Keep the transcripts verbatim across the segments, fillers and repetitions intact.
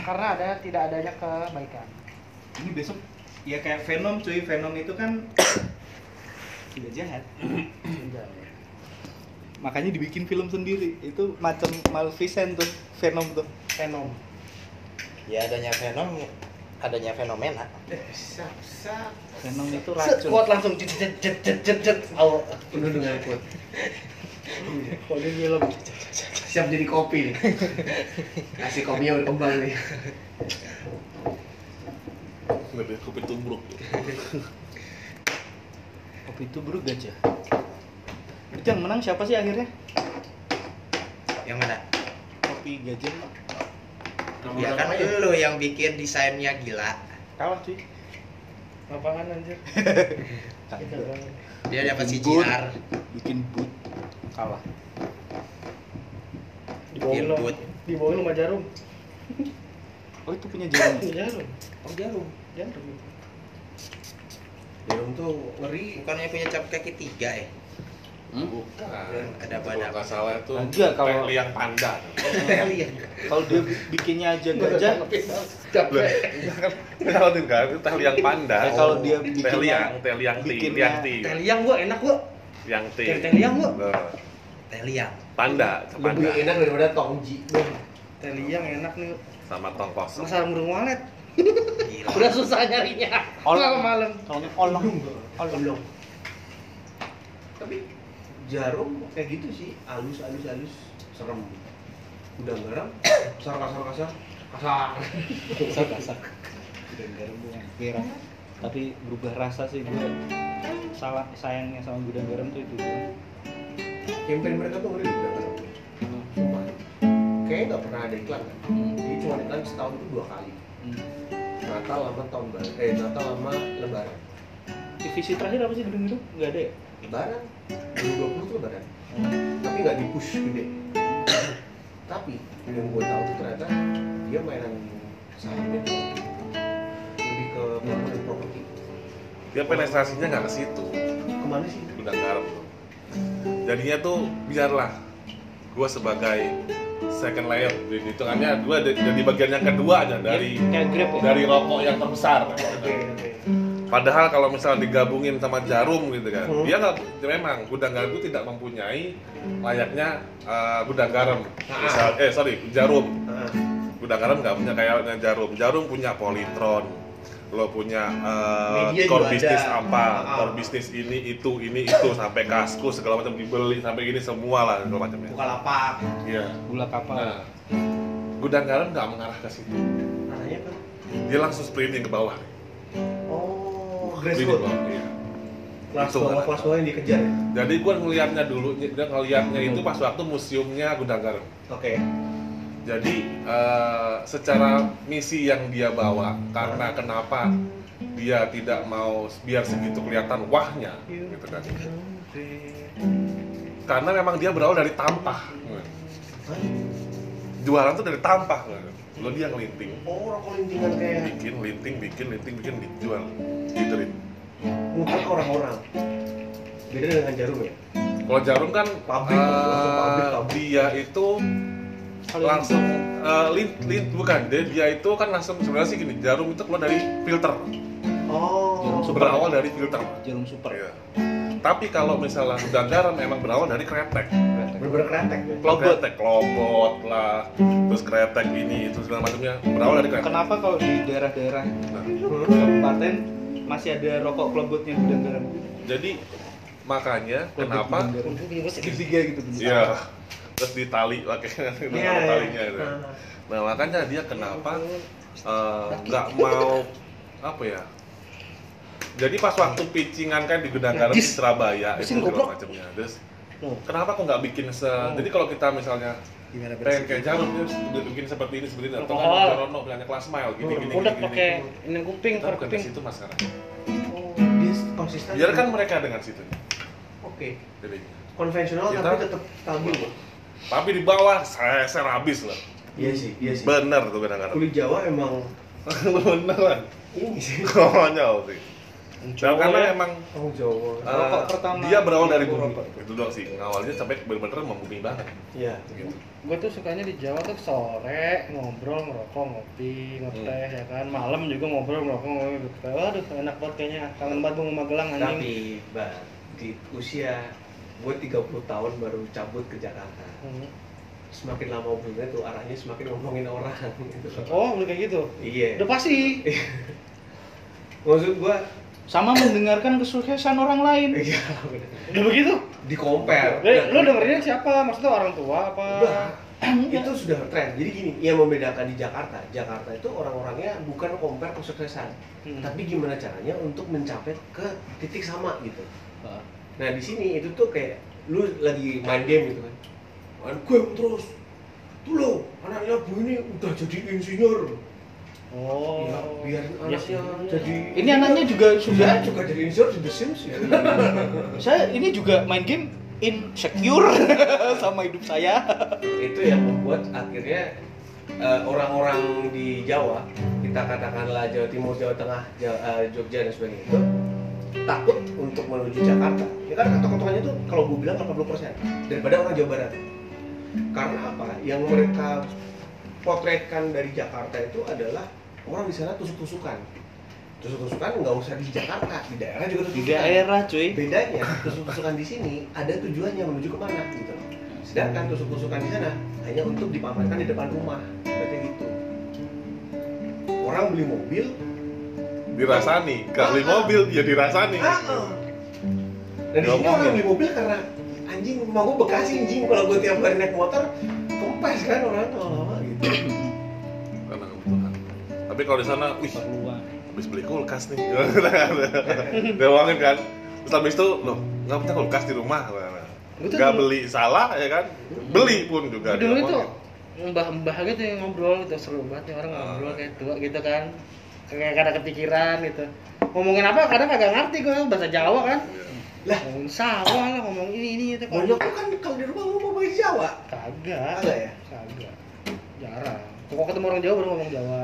karena ada tidak adanya kebaikan. Ini besok ya kayak Venom cuy, Venom itu kan tidak jahat. Makanya dibikin film sendiri. Itu macam Maleficent tuh, Venom tuh. Venom. Ya adanya Venom, adanya fenomena. Bisa, bisa. Venom itu racun. Kuat langsung jet jet jet jet jet jet. Awal. Penuh dengan kuat. Kalau dia film Siap jadi kopi nih. Kasih kopinya berkembang nih. Lebih kopi tubruk. Kopi itu bro gajah. Itu yang menang siapa sih akhirnya? Yang mana? Kopi gajah. Ya kan lu yang bikin desainnya gila. Kalah cuy. lapangan anjir. Dia dapat C G Boot. R. Bikin boot. Kalah. Bikin Dibawain boot. Dibawain rumah jarum. Oh itu punya jarum. Jarum. Oh jarum. Jarum. Jarum tuh ngeri. Bukannya punya cap kaki tiga ya? Hmm? Bukan. Ada Kalau banyak. nggak salah itu Enggak, kalau- Teh liang panda. Lihat. Kalau dia bikinnya aja gajah, Loh, kalau itu kan itu teh liang panda. Eh, kalau dia teh bikinnya- liang, teh liang ti, bikinnya- liang ti, Teh liang gua enak gua. liang ti. Teh liang gua. Loh, Teh liang. Panda, Lebih panda enak daripada tongji. Teh liang enak nih. sama tong kosong. Masalah burung walet. Gila. Udah susah nyarinya. Olong. Malam-malam. Kalau olong. Olong. Tapi jarum kayak gitu sih, halus halus halus, serem. Udah garam, kasar kasar kasar, kasar. Kasar kasar. Dan garam bukan merah. Tapi berubah rasa sih gue. Salah sayangnya sama gudang garam tuh itu. Campaign mereka tuh ngeri udah garam. Sumpah. Kayaknya nggak pernah ada iklan kan? Hmm. Jadi cuma iklan setahun itu dua kali. Hmm. Natal sama tahun baru, eh Natal sama Lebaran. T V C terakhir apa sih gedung-gedung? Enggak ada ya? Lebaran, dua ribu dua puluh tuh Lebaran. Tapi nggak di push gede. Tapi yang gue tahu tuh ternyata dia mainan sahamnya tuh lebih ke properti properti. Dia penetrasinya nggak ke situ. Kemana sih? Gudang garam tuh. Jadinya tuh biarlah gue sebagai second layer, jadi hitungannya gue jadi bagian yang kedua aja dari Kayak Grab ya? dari rokok yang terbesar. Oke oke. Padahal kalau misalnya digabungin sama jarum gitu kan, Hmm. dia nggak, memang gudang garam itu tidak mempunyai layaknya uh, gudang garam. Misal, eh sorry, jarum. Nah, Gudang garam nggak punya kayaknya jarum. Jarum punya Polytron, lo punya uh, Media core juga bisnis ada. apa, Ah. core bisnis ini itu ini itu sampai kaskus segala macam dibeli sampai gini semua lah segala macamnya. Bukalapak. Iya. Gula kapal. Nah, gudang garam nggak mengarah ke situ. Arahnya kan? Dia langsung sprinting ke bawah. Oh, Sprinting ke grassroots. bawah. Iya. Kelas Itu bawah kan. kelas bawah yang dikejar ya. Jadi gue ngelihatnya dulu, dia ngelihatnya itu pas waktu museumnya gudang garam. Oke. Jadi eh, secara misi yang dia bawa, karena kenapa dia tidak mau biar segitu kelihatan wahnya, gitu kan? Karena memang dia berawal dari tampah. Jualan tuh dari tampah, lo dia ngelinting, Oh, rokok lintingan kayak bikin, linting, bikin, linting, bikin, dijual, gituin. ngumpul ke orang-orang. Beda dengan jarum ya. Kalau jarum kan Pabrik, eh, langsung pabrik, pabrik. dia itu langsung eh, lint, lint bukan dia, dia itu kan langsung sebenarnya sih gini, jarum itu keluar dari filter, Oh. Jarum super. berawal dari filter. Jarum super. Iya. Tapi kalau misalnya gudang garam memang berawal dari kretek. Bener-bener kretek ya. Klobot. Kretek, klobot lah, terus kretek ini itu segala macamnya berawal dari kretek. Kenapa kalau di daerah-daerah Nah, kabupaten masih ada rokok klobotnya gudang garam? jadi makanya Klobot kenapa? gudang garam. Segitiga gitu. Iya. Terus ditali pakai Iya, yeah, talinya iya. itu. Nah makanya dia kenapa eh, nggak mau apa ya? Jadi pas waktu pitchingan kan di gudang garam di Surabaya itu Pusing, segala goblok. macamnya. Terus Oh. kenapa kok nggak bikin se? Jadi kalau kita misalnya Gimana pengen kayak jarum dia udah bikin seperti ini seperti ini atau kan Alkohol. Jarono bilangnya kelas mile gini gini Udah gini. pakai ini kuping, Kita per bukan ke kuping. situ mas sekarang. Oh, dia konsisten. Biarkan mereka dengan situ. Oke. Jadi, Konvensional Kita- tapi tetap stabil. tapi di bawah saya saya habis lah. Iya sih, iya sih. Bener tuh kadang-kadang. Kulit Jawa emang Bener lah. ini sih. Konyol sih. Dan karena ya. emang Oh Jawa. uh, Rokok pertama dia berawal dari di bumi Eropa. itu doang sih. Awalnya sampai bener-bener membumi banget. Iya. Gitu. Gue tuh sukanya di Jawa tuh sore ngobrol, ngerokok, ngopi, ngeteh ya kan. Malam juga ngobrol, ngerokok, ngopi, ngeteh. Waduh, enak banget kayaknya. Kangen banget mau Magelang anjing. Tapi, Bang, di usia gue tiga puluh tahun baru cabut ke Jakarta. Hmm. Semakin lama ngobrolnya tuh arahnya semakin ngomongin orang gitu. Oh, udah kayak gitu. Iya. Udah pasti. Maksud gue, sama mendengarkan kesuksesan orang lain. iya bener. Udah begitu. Di compare. Eh, lu dengerinnya siapa? Maksudnya orang tua apa? Udah. Itu sudah tren. Jadi gini, yang membedakan di Jakarta, Jakarta itu orang-orangnya bukan compare kesuksesan, Hmm. tapi gimana caranya untuk mencapai ke titik sama gitu. Nah di sini itu tuh kayak lu lagi main game gitu kan, main game terus, tuh lo anaknya bu ini udah jadi insinyur, Oh. ya biarin Iya sih. anaknya jadi. Ini anaknya juga sudah Saya juga jadi insinyur di The Sims ya. saya ini juga main game insecure sama hidup saya. Itu yang membuat akhirnya eh, orang-orang di Jawa, kita katakanlah Jawa Timur, Jawa Tengah, Jawa, eh, Jogja dan sebagainya itu takut untuk menuju Jakarta. Ya kan ketok-ketokannya tuh kalau gue bilang delapan puluh persen daripada orang Jawa Barat. Karena apa? Yang mereka potretkan dari Jakarta itu adalah orang di sana tusuk-tusukan. Tusuk-tusukan nggak usah di Jakarta, di daerah juga Di tusuk-tusukan. daerah, cuy. Bedanya tusuk-tusukan di sini ada tujuannya menuju kemana gitu. Sedangkan tusuk-tusukan di sana hanya untuk dipamerkan di depan rumah. Berarti gitu. Orang beli mobil, Dirasani, gak beli mobil ya dirasani. ah, ah. Dan di sini Ngomong orang ya. beli mobil karena anjing mau gue Bekasi anjing kalau gue tiap hari naik motor kempes kan orang lama-lama gitu. Karena kebutuhan. Tapi kalau di sana, wih, Keperluan. habis beli kulkas nih. Dia ngomongin kan. Terus habis itu, loh, nggak punya kulkas di rumah. Gua tuh Nggak dulu- beli salah ya kan? Beli pun juga. Dulu dia itu ngomongin. mbah-mbah gitu yang ngobrol gitu, seru banget nih orang Ah. ngobrol kayak tua gitu kan. Kayak ada kepikiran gitu. Ngomongin apa kadang kagak ngerti gue bahasa Jawa kan. Iya. Lah, Ngomongin sawah lah, ngomong ini ini gitu kan. banyak tuh kan kalau di rumah ngomong bahasa Jawa. Kagak. Kagak ya? Kagak. Jarang. Kalau ketemu orang Jawa baru ngomong Jawa.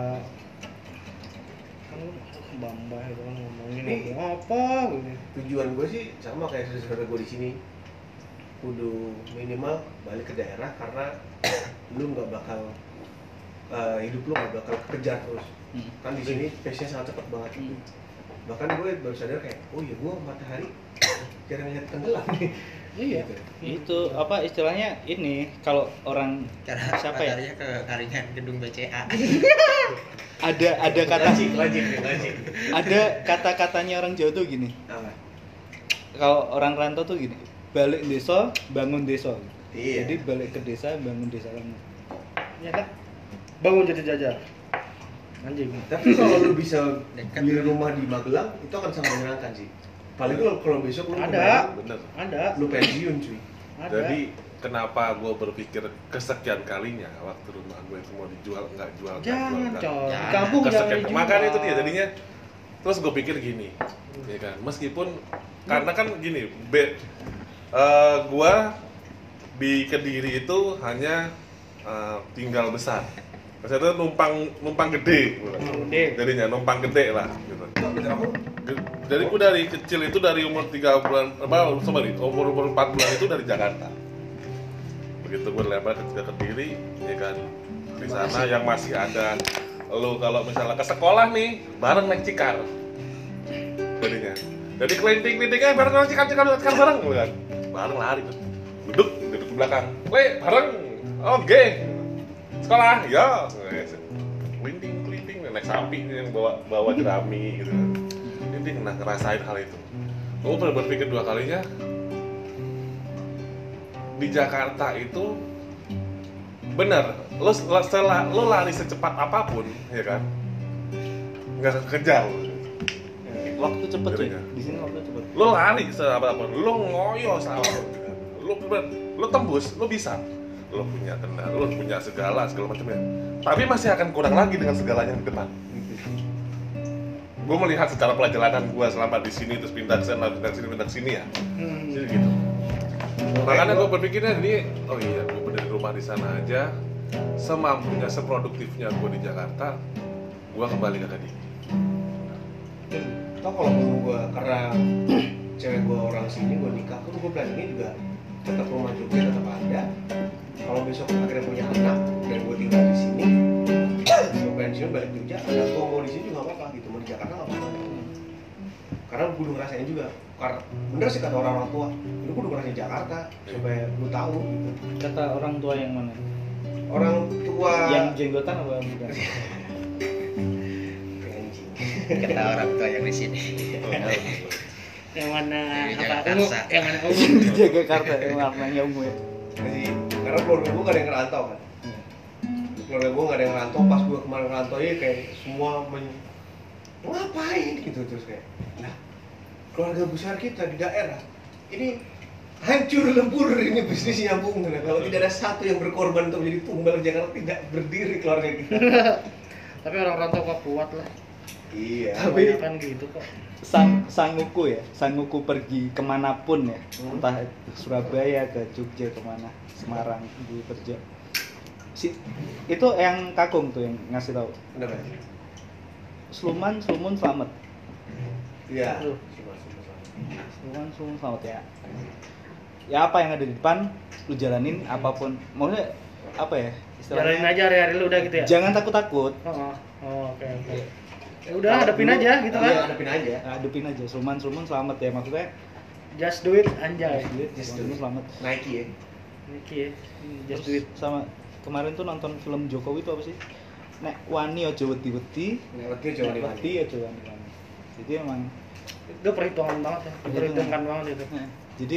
Kan lu mbah-mbah itu kan ngomongin Nih. ngomong apa gitu. Tujuan gue sih sama kayak saudara gue di sini, kudu minimal balik ke daerah karena lu nggak bakal eh, hidup lu nggak bakal kejar terus. Hmm. Kan di sini pace-nya sangat cepat banget. Hmm. Bahkan gue baru sadar kayak, oh iya gue matahari jarang lihat tenggelam nih. Iya. Gitu. Itu apa istilahnya ini kalau orang Cara siapa ya? pacarnya ke Karingan gedung B C A. Ada ada kata Lajik, lajik, lajik. ada kata-katanya orang Jawa tuh gini. Apa? Kalau orang rantau tuh gini, balik desa, bangun desa. Iya. Jadi balik ke desa, bangun desa lagi. Iya kan? Bangun jadi jajar. Anjing. Tapi kalau lu bisa Dekat. beli rumah di Magelang, itu akan sangat menyenangkan sih. Paling kalau kalau besok lu Ada. Bener. Ada. lu pensiun cuy. Ada. Jadi kenapa gue berpikir kesekian kalinya waktu rumah gue itu mau dijual nggak jual nggak jual Jangan, nggak. coy. Jangan. Kampung jangan Kesekian dijual. makanya itu dia jadinya. Terus gue pikir gini, ya kan, meskipun karena kan gini, be, eh, gue di Kediri itu hanya eh, tinggal besar. Maksudnya numpang numpang gede, Numpang gede. jadinya numpang gede lah. Gitu. Jadi gue dari kecil itu dari umur tiga bulan, apa, sorry, umur umur empat bulan itu dari Jakarta. Begitu gue lebar ke Kediri, ya kan, di sana yang masih ada. Lu kalau misalnya ke sekolah nih, bareng naik cikar. Jadinya. Jadi kelinting-kelintingnya bareng naik cikar, cikar, cikar bareng, gitu kan. Bareng lari tuh. Duduk, duduk di belakang. Weh, bareng. Oke. Sekolah, ya. Kelinting-kelinting naik sapi yang bawa bawa jerami gitu kan. Ini pernah ngerasain hal itu. Gue pernah berpikir dua kalinya. Di Jakarta itu bener, lo setelah lo lari secepat apapun, ya kan, nggak kekejar. Waktu cepet cuy. Jadinya. Di sini waktu cepet. Lo lari apapun, lo ngoyo sama, lo lo tembus, lo bisa. Lo punya kendaraan, lo punya segala segala macamnya. Tapi masih akan kurang lagi dengan segalanya di depan. Gue melihat secara perjalanan gue selama di sini terus pindah ke sana, pindah ke sini, pindah ke sini ya. Hmm. Jadi gitu. Makanya gue berpikirnya ini, oh iya, gue berdiri rumah di sana aja, semampunya, seproduktifnya gue di Jakarta, gue kembali ke Kediri. Atau kalau gue karena cewek gue orang sini, gue nikah pun gue planningnya juga tetap rumah Jogja tetap ada. Kalau besok akhirnya punya anak dan gue tinggal di sini, gue pensiun balik Jogja, anak gue mau di sini juga nggak apa-apa gitu, mau di Jakarta nggak apa-apa. Karena gue udah ngerasain juga. Karena bener sih kata orang-orang tua, lu gue udah ngerasain Jakarta supaya lu tahu gitu. Kata orang tua yang mana? Orang tua Yang jenggotan apa bukan? anjing. Kata orang tua yang di sini. Yang mana Di apa Jakarta. ungu? Yang mana ungu? Di Jakarta yang warnanya ungu ya. Jadi, karena keluarga gue gak ada yang ngerantau kan. Keluarga gue gak ada yang ngerantau, pas gue kemarin ngerantau ya kayak semua men... ngapain gitu terus kayak nah keluarga besar kita di daerah ini hancur lebur ini bisnis nyambung. Nah, kalau tidak ada satu yang berkorban untuk menjadi tumbal Jakarta tidak berdiri keluarga kita. Tapi orang rantau kok kuat lah. Iya. Tapi- kan gitu kok. Sang sanguku ya, sanguku pergi kemanapun ya, Hmm. entah itu Surabaya ke Jogja kemana, Semarang dulu kerja. Si itu yang Kakung tuh yang ngasih tahu. Kenapa? Sluman, Slumun selamat. Iya. Aduh. Sluman, Slumun selamat ya. Ya apa yang ada di depan, lu jalanin apapun. Maksudnya apa ya? Jalanin aja hari-hari lu udah gitu ya. Jangan takut-takut. Oh, oh, oke oke. Ya udah hadapin aja gitu Iya, kan. hadapin aja. Hadepin aja, Sluman, Slumun selamat ya maksudnya. Just do it anjay. Just Slumun do it. selamat. Nike ya. Niki ya. Just do Terus it. sama kemarin tuh nonton film Jokowi itu apa sih? Nek wani ojo wedi-wedi, Ngerti coba di wedi ojo wani-wani. Jadi emang Itu perhitungan banget ya. Perhitungan banget itu. nah, jadi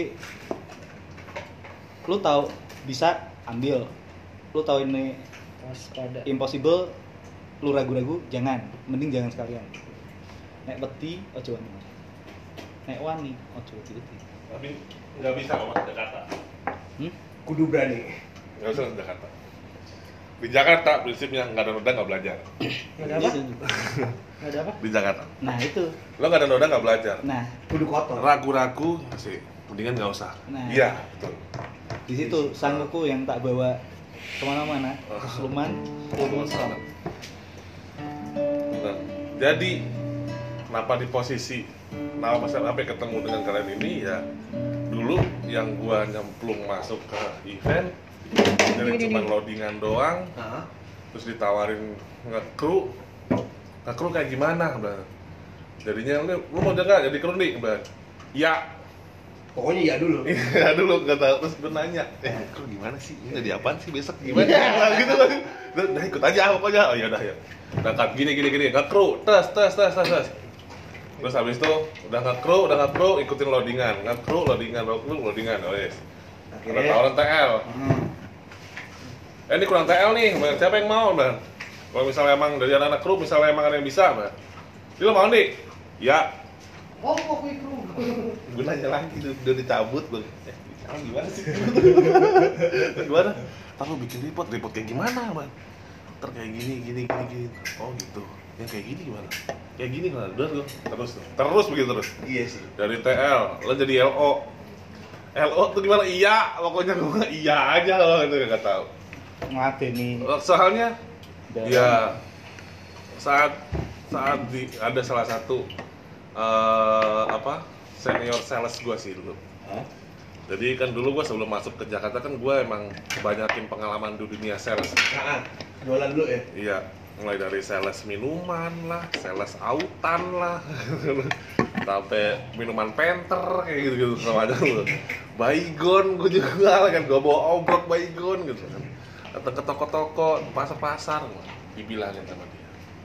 lu tahu bisa ambil. Lu tahu ini Waspada. impossible, lu ragu-ragu, jangan. Mending jangan sekalian. Nek wedi ojo wani. Nek wani ojo wedi-wedi. Tapi nggak bisa kok Mas, Jakarta. Hmm? Kudu berani. Nggak usah di Jakarta. Di Jakarta prinsipnya nggak ada noda nggak belajar. Nggak ada apa? Nggak ada apa? Di Jakarta. Nah, itu. Lo nggak ada noda nggak belajar. Nah, Kudu kotor. Ragu-ragu sih, mendingan nggak usah. Nah. Iya, betul. di situ sanguku yang tak bawa kemana-mana. Sluman, Slumun selamat. Nah, jadi kenapa di posisi nama Mas sampai ketemu dengan kalian ini ya dulu yang gua nyemplung masuk ke event jadi cuma loadingan doang Hah? terus ditawarin nge-crew nge-crew kayak gimana bilang. Jadinya lu, lu mau jaga jadi crew nih bilang. Ya Pokoknya iya dulu. ya dulu kata terus gue nanya eh crew gimana sih ini jadi apaan sih besok gimana nah, gitu kan udah ikut aja pokoknya oh ya udah ya berangkat gini gini gini nge-crew tes tes tes tes tes terus habis itu udah nge-crew udah nge-crew ikutin loadingan nge-crew loadingan nge-crew loadingan oh yes ada Akhirnya tawaran T L hmm. eh ini kurang T L nih Bang. Siapa yang mau Bang? Kalau misalnya emang dari anak kru misalnya emang ada yang bisa Bang. Ini lo mau nih? Ya. Oh, kok kru. Gue nanya lagi udah, udah dicabut Bang. Eh, dicabut gimana sih? Gimana? Ntar lo bikin report, report kayak gimana Bang? Ntar kayak gini, gini, gini, gini. Oh gitu. Yang kayak gini gimana? Kayak gini gimana? Udah tuh. Terus tuh. Terus begitu terus. Iya sih. Dari T L, lo jadi L O. L O tuh gimana? Iya, pokoknya gue iya aja lo itu gak tahu. Ngeladeni Soalnya dalam- ya saat saat di, ada salah satu uh, apa senior sales gue sih dulu. Hah? Jadi kan dulu gue sebelum masuk ke Jakarta kan gue emang kebanyakin pengalaman di dunia sales. Nah, jualan dulu ya. Iya, mulai dari sales minuman lah, sales autan lah, sampai minuman penter kayak gitu-gitu sama aja lu. Baygon gue juga kan gue bawa obrok baygon gitu kan. Datang ke toko-toko, pasar-pasar, dibilangin sama dia.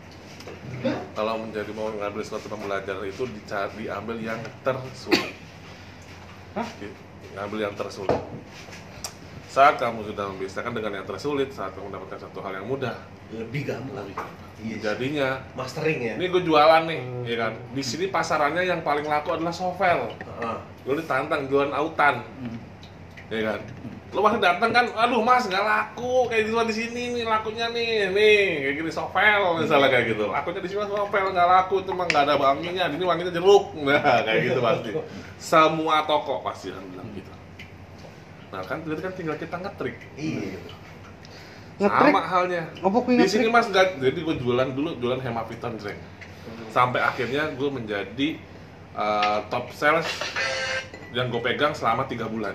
Kalau menjadi mau ngambil suatu pembelajaran itu dicari, diambil yang tersulit. Hah? Di- Ngambil yang tersulit. Saat kamu sudah membiasakan dengan yang tersulit, saat kamu mendapatkan satu hal yang mudah, Lebih gampang. lebih gampang. Iya. Jadinya, Mastering ya. ini gue jualan nih, ya kan. Di sini pasarannya yang paling laku adalah sovel. Heeh. Lu ditantang jualan autan, Hmm. ya kan. Lu masih datang kan, aduh mas nggak laku kayak gitu di sini nih lakunya nih, nih kayak gini sovel misalnya kayak gitu. Lakunya di sini sovel nggak laku, itu mah nggak ada wanginya, di sini wanginya jeruk, nah kayak gitu pasti. Semua toko pasti akan bilang gitu. Nah kan berarti kan tinggal kita ngetrik. Iya. Nge-trick. Sama halnya. Apa kuwi Di sini nge-trick? Mas nggak, jadi gue jualan dulu jualan Hemaviton Drink. Sampai akhirnya gue menjadi uh, top sales yang gue pegang selama tiga bulan.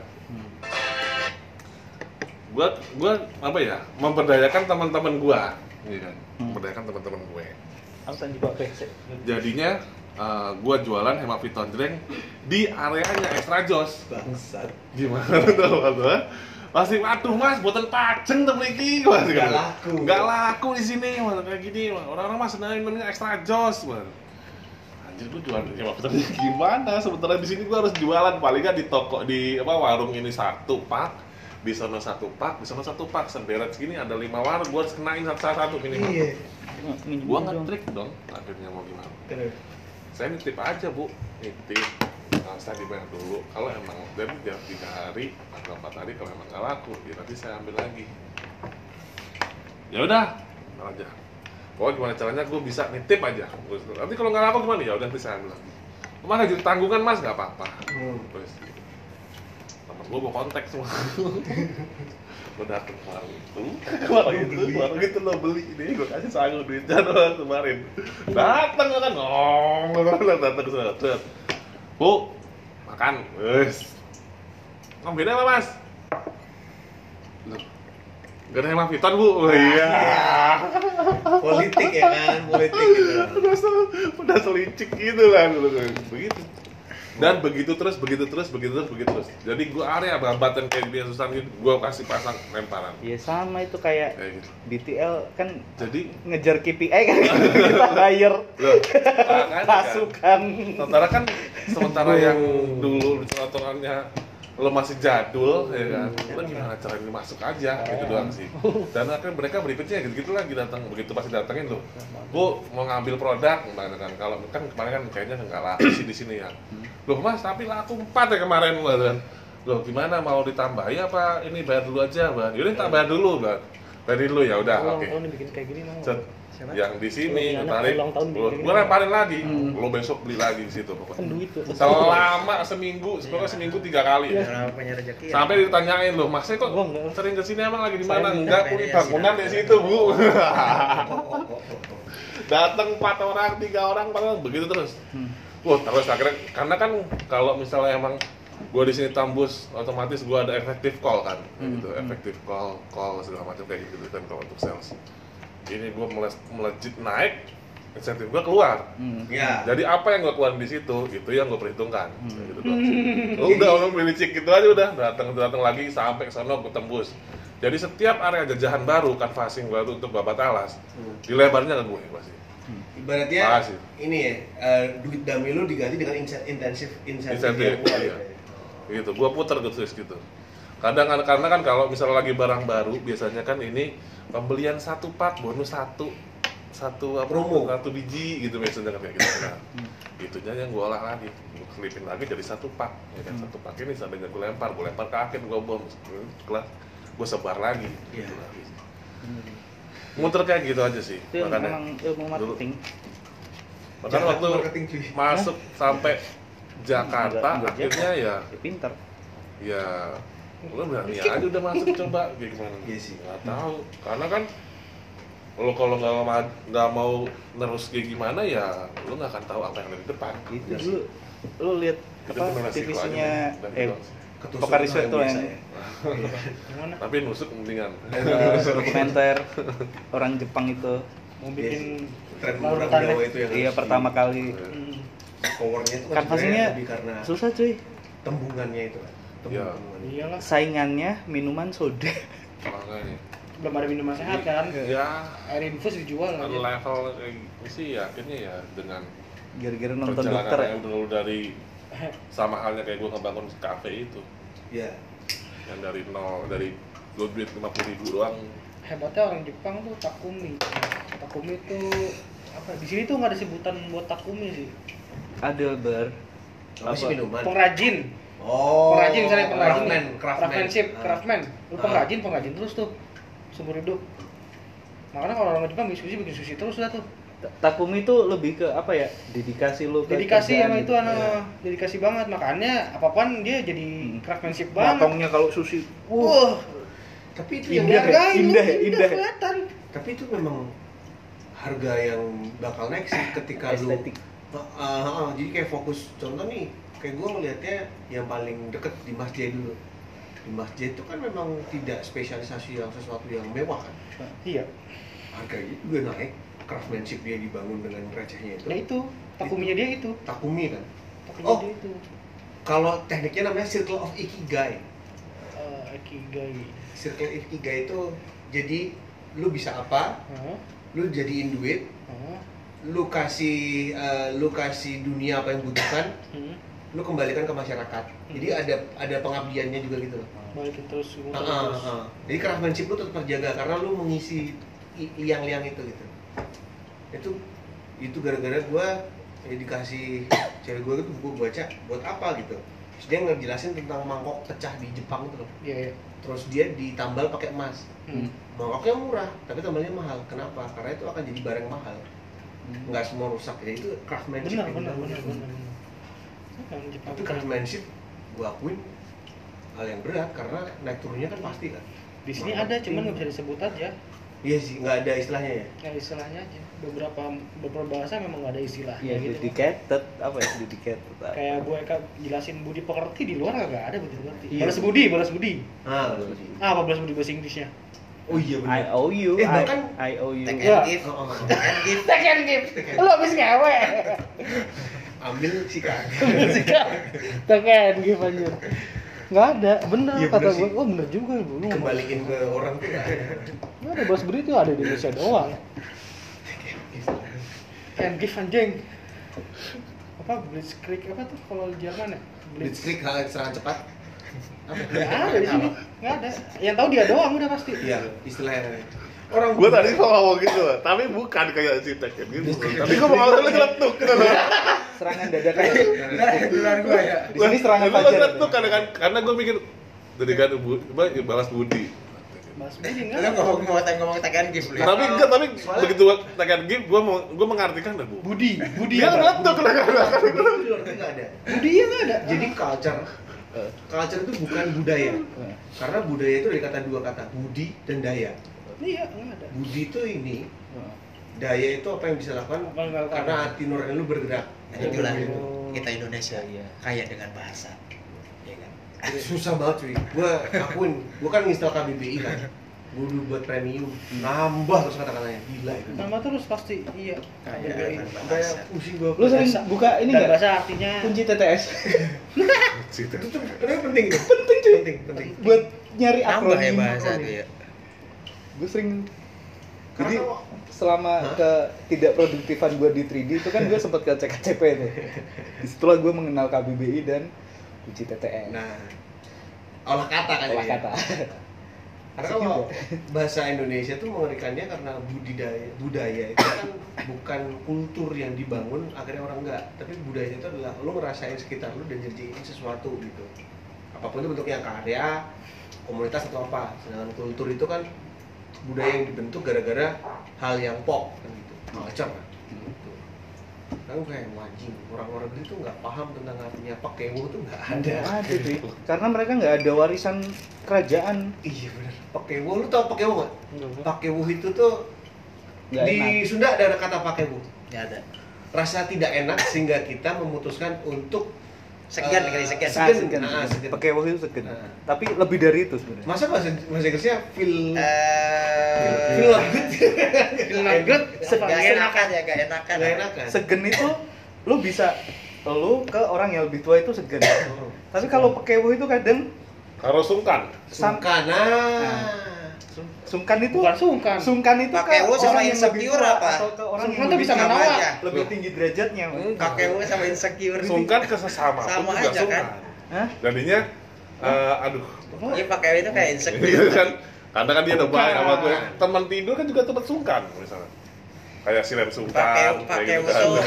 Gue gue apa ya? Memberdayakan teman-teman gue, iya kan? Memberdayakan teman-teman gue. Alasan juga pesek. Jadinya uh, gue jualan Hemaviton Drink di areanya Extra Jos. Bangsat. Gimana tuh Mas? Masih waduh Mas, buatan paceng tuh mriki Mas. Nggak laku. Nggak laku di sini Mas kayak gini. Mas. Orang-orang Mas senang namanya Extra Jos, Mas. Anjir gua jualan Hemaviton gimana? Sementara di sini gua harus jualan paling nggak di toko di apa warung ini satu pak, di sana satu pak, di sana satu pak. Sederet segini ada lima warung, gua harus kenain satu-satu minimal. Iya. Gua nge-trick dong, akhirnya mau gimana? Kenapa? Saya nitip aja bu, nitip nggak usah dibayar dulu kalau emang dari tiap tiga hari atau empat hari kalau emang nggak laku ya nanti saya ambil lagi ya udah aja pokoknya gimana caranya gue bisa nitip aja nanti kalau nggak laku gimana ya udah nanti saya ambil lagi mana jadi tanggungan mas nggak apa-apa Hmm. terus temen gue gue kontak semua lo dateng kemarin itu kemarin itu kemarin itu lo beli ini gue kasih sanggup duitnya doang kemarin dateng kan ngong dateng dateng dateng bu makan wes oh beda apa mas loh gak ada Hemaviton bu oh iya Politik ya kan, politik gitu. udah sel- udah selicik gitu lah begitu dan begitu terus begitu terus begitu terus begitu terus jadi gue area bambatan kayak dia susah gitu gue kasih pasang lemparan Iya sama itu kayak kayak gitu B T L kan jadi ngejar K P I kan kita hire loh makanya kan pasukan. sementara kan sementara yang dulu aturannya lo masih jadul ya kan lo gimana caranya masuk aja gitu doang sih dan akhirnya mereka berikutnya gitu-gitu lagi datang begitu pasti datengin lo bu mau ngambil produk gimana kan kalau kan kemarin kan kayaknya nggak laku sih di sini ya loh mas tapi laku empat ya kemarin mas kan loh gimana mau ditambahin apa ini bayar dulu aja bang yaudah tak bayar dulu bang bayar dulu ya udah Ulang oke tahun dibikin kayak gini mau. Set. Siapa? Yang di sini Ulang tarik, ulang tahun bikin gue gini. lemparin lagi, lo besok beli lagi di situ Kan pokoknya. duit tuh. Selama seminggu, pokoknya seminggu tiga kali. Karena punya rezeki ya. Sampai ditanyain loh, masnya kok Gua enggak. sering kesini emang lagi di mana? Saya Enggak, minta punya ini ya, bangunan di silakan. situ bu. Datang empat orang, tiga orang, empat orang, begitu terus. Wah terus akhirnya, karena kan kalau misalnya emang gue di sini tambus, otomatis gue ada efektif call kan, gitu, efektif call, call segala macam kayak gitu kan kalau untuk sales. Ini gue melejit naik, insentif gue keluar. Hmm. Ya. Jadi apa yang gue keluarin di situ, itu yang gue perhitungkan. Gitu doang sih. Udah orang beli cik gitu aja udah, datang datang lagi sampai ke sono gue tembus. Jadi setiap area jajahan baru, canvassing baru untuk babat alas, dilebarnya ke gue pasti. Ibaratnya Makasih. ini ya, eh, duit dummy lu diganti dengan insen- intensif insentif Insentif, yang kuat, iya. ya. Gitu, gue puter gitu gitu. Kadang karena kan kalau misalnya lagi barang baru, biasanya kan ini pembelian satu pak bonus satu satu apa Promo. satu biji gitu biasanya kan kayak gitu. Nah, itunya yang gue olah lagi, gue selipin lagi jadi satu pak, ya kan satu pak ini seandainya gue lempar, gue lempar ke akhir gue bom, kelas gue sebar lagi. Iya. Gitu lagi. Muter kayak gitu aja sih. Itu yang Makanya, memang ilmu marketing. makanya Jangan waktu marketing, cuy. masuk sampai Jakarta Enggak- enggak akhirnya ya Ya, pinter. ya lo berani aja udah masuk coba kayak gimana Iya sih. nggak tahu karena kan lo kalau nggak mau nggak mau nerus kayak gimana ya lo nggak akan tahu apa yang ada di depan Itu dulu lu lihat Itu apa beneran T V resiko aja, C-nya dan eh itu doang sih. Ketusuk Pokari itu Sweat yang tuh biasa yang ya. Gimana? tapi nusuk mendingan eh, dokumenter orang Jepang itu. Mau bikin Tren orang lautan Jawa ya? itu yang Iya harus pertama di- kali Hmm. powernya itu kan Canvassing-nya sebenarnya lebih karena susah cuy. tembungannya itu kan. Iya. Tembungan. Iyalah, Saingannya minuman soda. makanya belum ada minuman sehat kan? ya Air infus dijual kan aja. level kayak gitu sih ya akhirnya ya dengan Gara-gara nonton perjalanan dokter. yang dulu dari sama halnya kayak gue ngebangun kafe itu Iya. yang dari nol dari gue duit lima puluh ribu doang Hebatnya orang Jepang tuh takumi. Takumi itu apa? Di sini tuh nggak ada sebutan buat takumi sih. Ada bar. Apa sih minuman? Pengrajin. Oh. Pengrajin misalnya pengrajin. Craftman, craftman. Craftsmanship, Ah. craftsman. Lu Ah. pengrajin, pengrajin terus tuh. Seumur hidup. Makanya kalau orang Jepang bikin sushi, bikin sushi terus dah tuh. Takumi itu lebih ke apa ya? Dedikasi lu ke Dedikasi kerjaan sama gitu. itu anak, dedikasi banget. Makanya apapun dia jadi Hmm. craftsmanship banget. Motongnya kalau sushi. Wah, Tapi itu yang Indah ya, Hargain, indah ya, indah indah. kelihatan. tapi itu memang harga yang bakal naik sih ketika lu Estetik. Uh, uh, uh, jadi kayak fokus contoh nih kayak gue ngelihatnya yang paling deket di masjid dulu. Di masjid itu kan memang tidak spesialisasi yang sesuatu yang mewah kan, Iya. harganya juga naik, craftsmanship dia dibangun dengan recehnya itu. Nah itu, takuminya dia itu. Takumi kan. Takuminya Oh. dia itu. Kalau tekniknya namanya circle of ikigai. Uh, Ikigai. Circle of ikigai itu jadi lu bisa apa, Hah? lu jadiin duit, Hah? lu kasih uh, lu kasih dunia apa yang butuhkan, Hmm. lu kembalikan ke masyarakat. Jadi ada ada pengabdiannya juga gitu loh. Balikin terus, muter Ah, ah, terus. ah. Jadi craftsmanship lu tetap terjaga karena lu mengisi i- liang-liang itu gitu. Itu itu gara-gara gua ya, dikasih cewek gua itu buku baca buat apa gitu. Terus dia ngejelasin tentang mangkok pecah di Jepang itu loh. Iya, iya. Terus dia ditambal pakai emas. Hmm. Mangkoknya murah, tapi tambalnya mahal. Kenapa? Karena itu akan jadi barang mahal. Nggak semua rusak. Ya itu craftsmanship. Benar, yang benar, dibangun. benar, benar. benar. Yang Jepang. Tapi craftsmanship gua akuin hal yang berat karena naik turunnya kan pasti kan. Di sini Mangkok ada, cuman tinggi. nggak bisa disebut aja. Iya sih, nggak ada istilahnya ya. Ya istilahnya aja. Beberapa beberapa bahasa memang nggak ada istilahnya Iya, gitu. dedicated apa ya, dedicated. apa. Kayak gue Eka jelasin budi pekerti di luar nggak ada budi pekerti. Iya. Balas budi, balas budi. Ah, Ah, apa balas budi bahasa Inggrisnya? oh iya I benar. owe you, Eh, I, bahkan I owe you. Take Ya. and give. Oh, oh, oh. Take and give. Take and give. Lu habis ngewe. Ambil sih kak. Take and give anjir. Nggak ada, bener Iya, kata bener gue. sih. Oh bener juga lu. ngomong. Kembaliin ke orang tuh nggak ada. Nggak ada balas budi itu ada di Indonesia doang. And give anjing. Apa Blitzkrieg apa tuh kalau Jerman ya? Blitzkrieg hal serangan cepat. Apa? Nggak ada di sini. Nggak ada. Yang tahu dia doang udah pasti. Iya, istilahnya. Orang Gue tadi mau ngomong gitu, tapi bukan kayak si Tekken gitu. Tapi gue mau ngomong nyeletuk gitu loh. Serangan dadakan. duluan gua ya. Di sini serangan Gue fajar. nyeletuk karena kan karena gue mikir dari kan balas budi. Balas budi nggak? Lu ngomong ngomong ngomong take and give lu. ya? Tapi enggak, tapi Soalnya- begitu Tekken game, gue mau gue mengartikan dah bu. Budi, budi Dia apa? nyeletuk kadang-kadang. Di luar negeri nggak ada. Budi ya nggak ada. Jadi culture, culture itu bukan budaya. Karena budaya itu dari kata dua kata, budi dan daya. Iya nggak ada. Budi itu ini, daya itu apa yang bisa lakukan Apa yang dilakukan? karena hati nurani lu bergerak. Nah, itulah Oh. kita Indonesia Iya. kaya dengan bahasa. Ya kan? Susah banget cuy. Gua akuin, gua kan nginstal K B B I kan. Gua dulu buat premium, nambah terus kata-katanya. Gila itu. Nama terus pasti iya. Kaya K B B I. dengan Kayak bahasa. pusing gua. Lu sering buka ini Dan enggak? bahasa artinya Kunci T T S itu tuh ini penting tuh. Penting cuy. Penting, penting. buat nyari Nambah ya akronim. bahasa tuh ya. Gue sering Karena jadi kalau- selama Hah? ke tidak produktifan gue di tiga D itu kan gue sempat ke C K C P tuh. Disitulah gue mengenal K B B I dan kunci T T S. Nah, olah kata kan Olah ya. kata. Karena Asik kalau juga. bahasa Indonesia tuh mengerikannya karena budidaya budaya itu kan bukan kultur yang dibangun akhirnya orang enggak, tapi budaya itu adalah lo ngerasain sekitar lo dan jadiin sesuatu gitu. Apapun itu bentuknya, karya, komunitas atau apa. Sedangkan kultur itu kan budaya yang dibentuk gara-gara hal yang pop kan gitu, culture kan gitu. Kan kayak wajing, orang-orang itu nggak paham tentang artinya pakewo tuh nggak ada. Nggak ada cuy. Karena mereka nggak ada warisan kerajaan. Iya benar. Pakewo, lu tau pakewo nggak? Enggak, gua. Pakewo itu tuh Nggak di enak. Sunda ada kata pakewo. Ya ada. Rasa tidak enak sehingga kita memutuskan untuk Segan eh, kali segan. Nah, Segen. segen, Nah, segen. segen. Pakai waktu itu segen. Nah. Tapi lebih dari itu sebenarnya. masa bahasa bahasa Inggrisnya feel Eh, feel not good. Feel not good. Gak Gak enakan ya, gak enakan. Nggak enak kan? Segen itu lu bisa lu ke orang yang lebih tua itu segen. Oh. Tapi kalau pakewo itu kadang Kalau sungkan, sam- Sungkan. Nah. sungkan itu Bukan sungkan. sungkan itu Pakewo ke sama orang yang lebih insecure tua apa? atau ke orang Sungkan yang tuh lebih bisa tinggi- sama menolak. aja. lebih tinggi derajatnya. Pakewo sama insecure. sungkan ke sesama pun Sama juga aja, sungkan. kan? Hah? Jadinya, eh, aduh, Iya pakewo itu kayak Iya insecure. kan? Karena kan dia udah baik sama gue. Bukan. Teman tidur kan juga tempat sungkan misalnya. Kayak silen sungkan. Pakewo kayak pakewo gitu kan. tuh.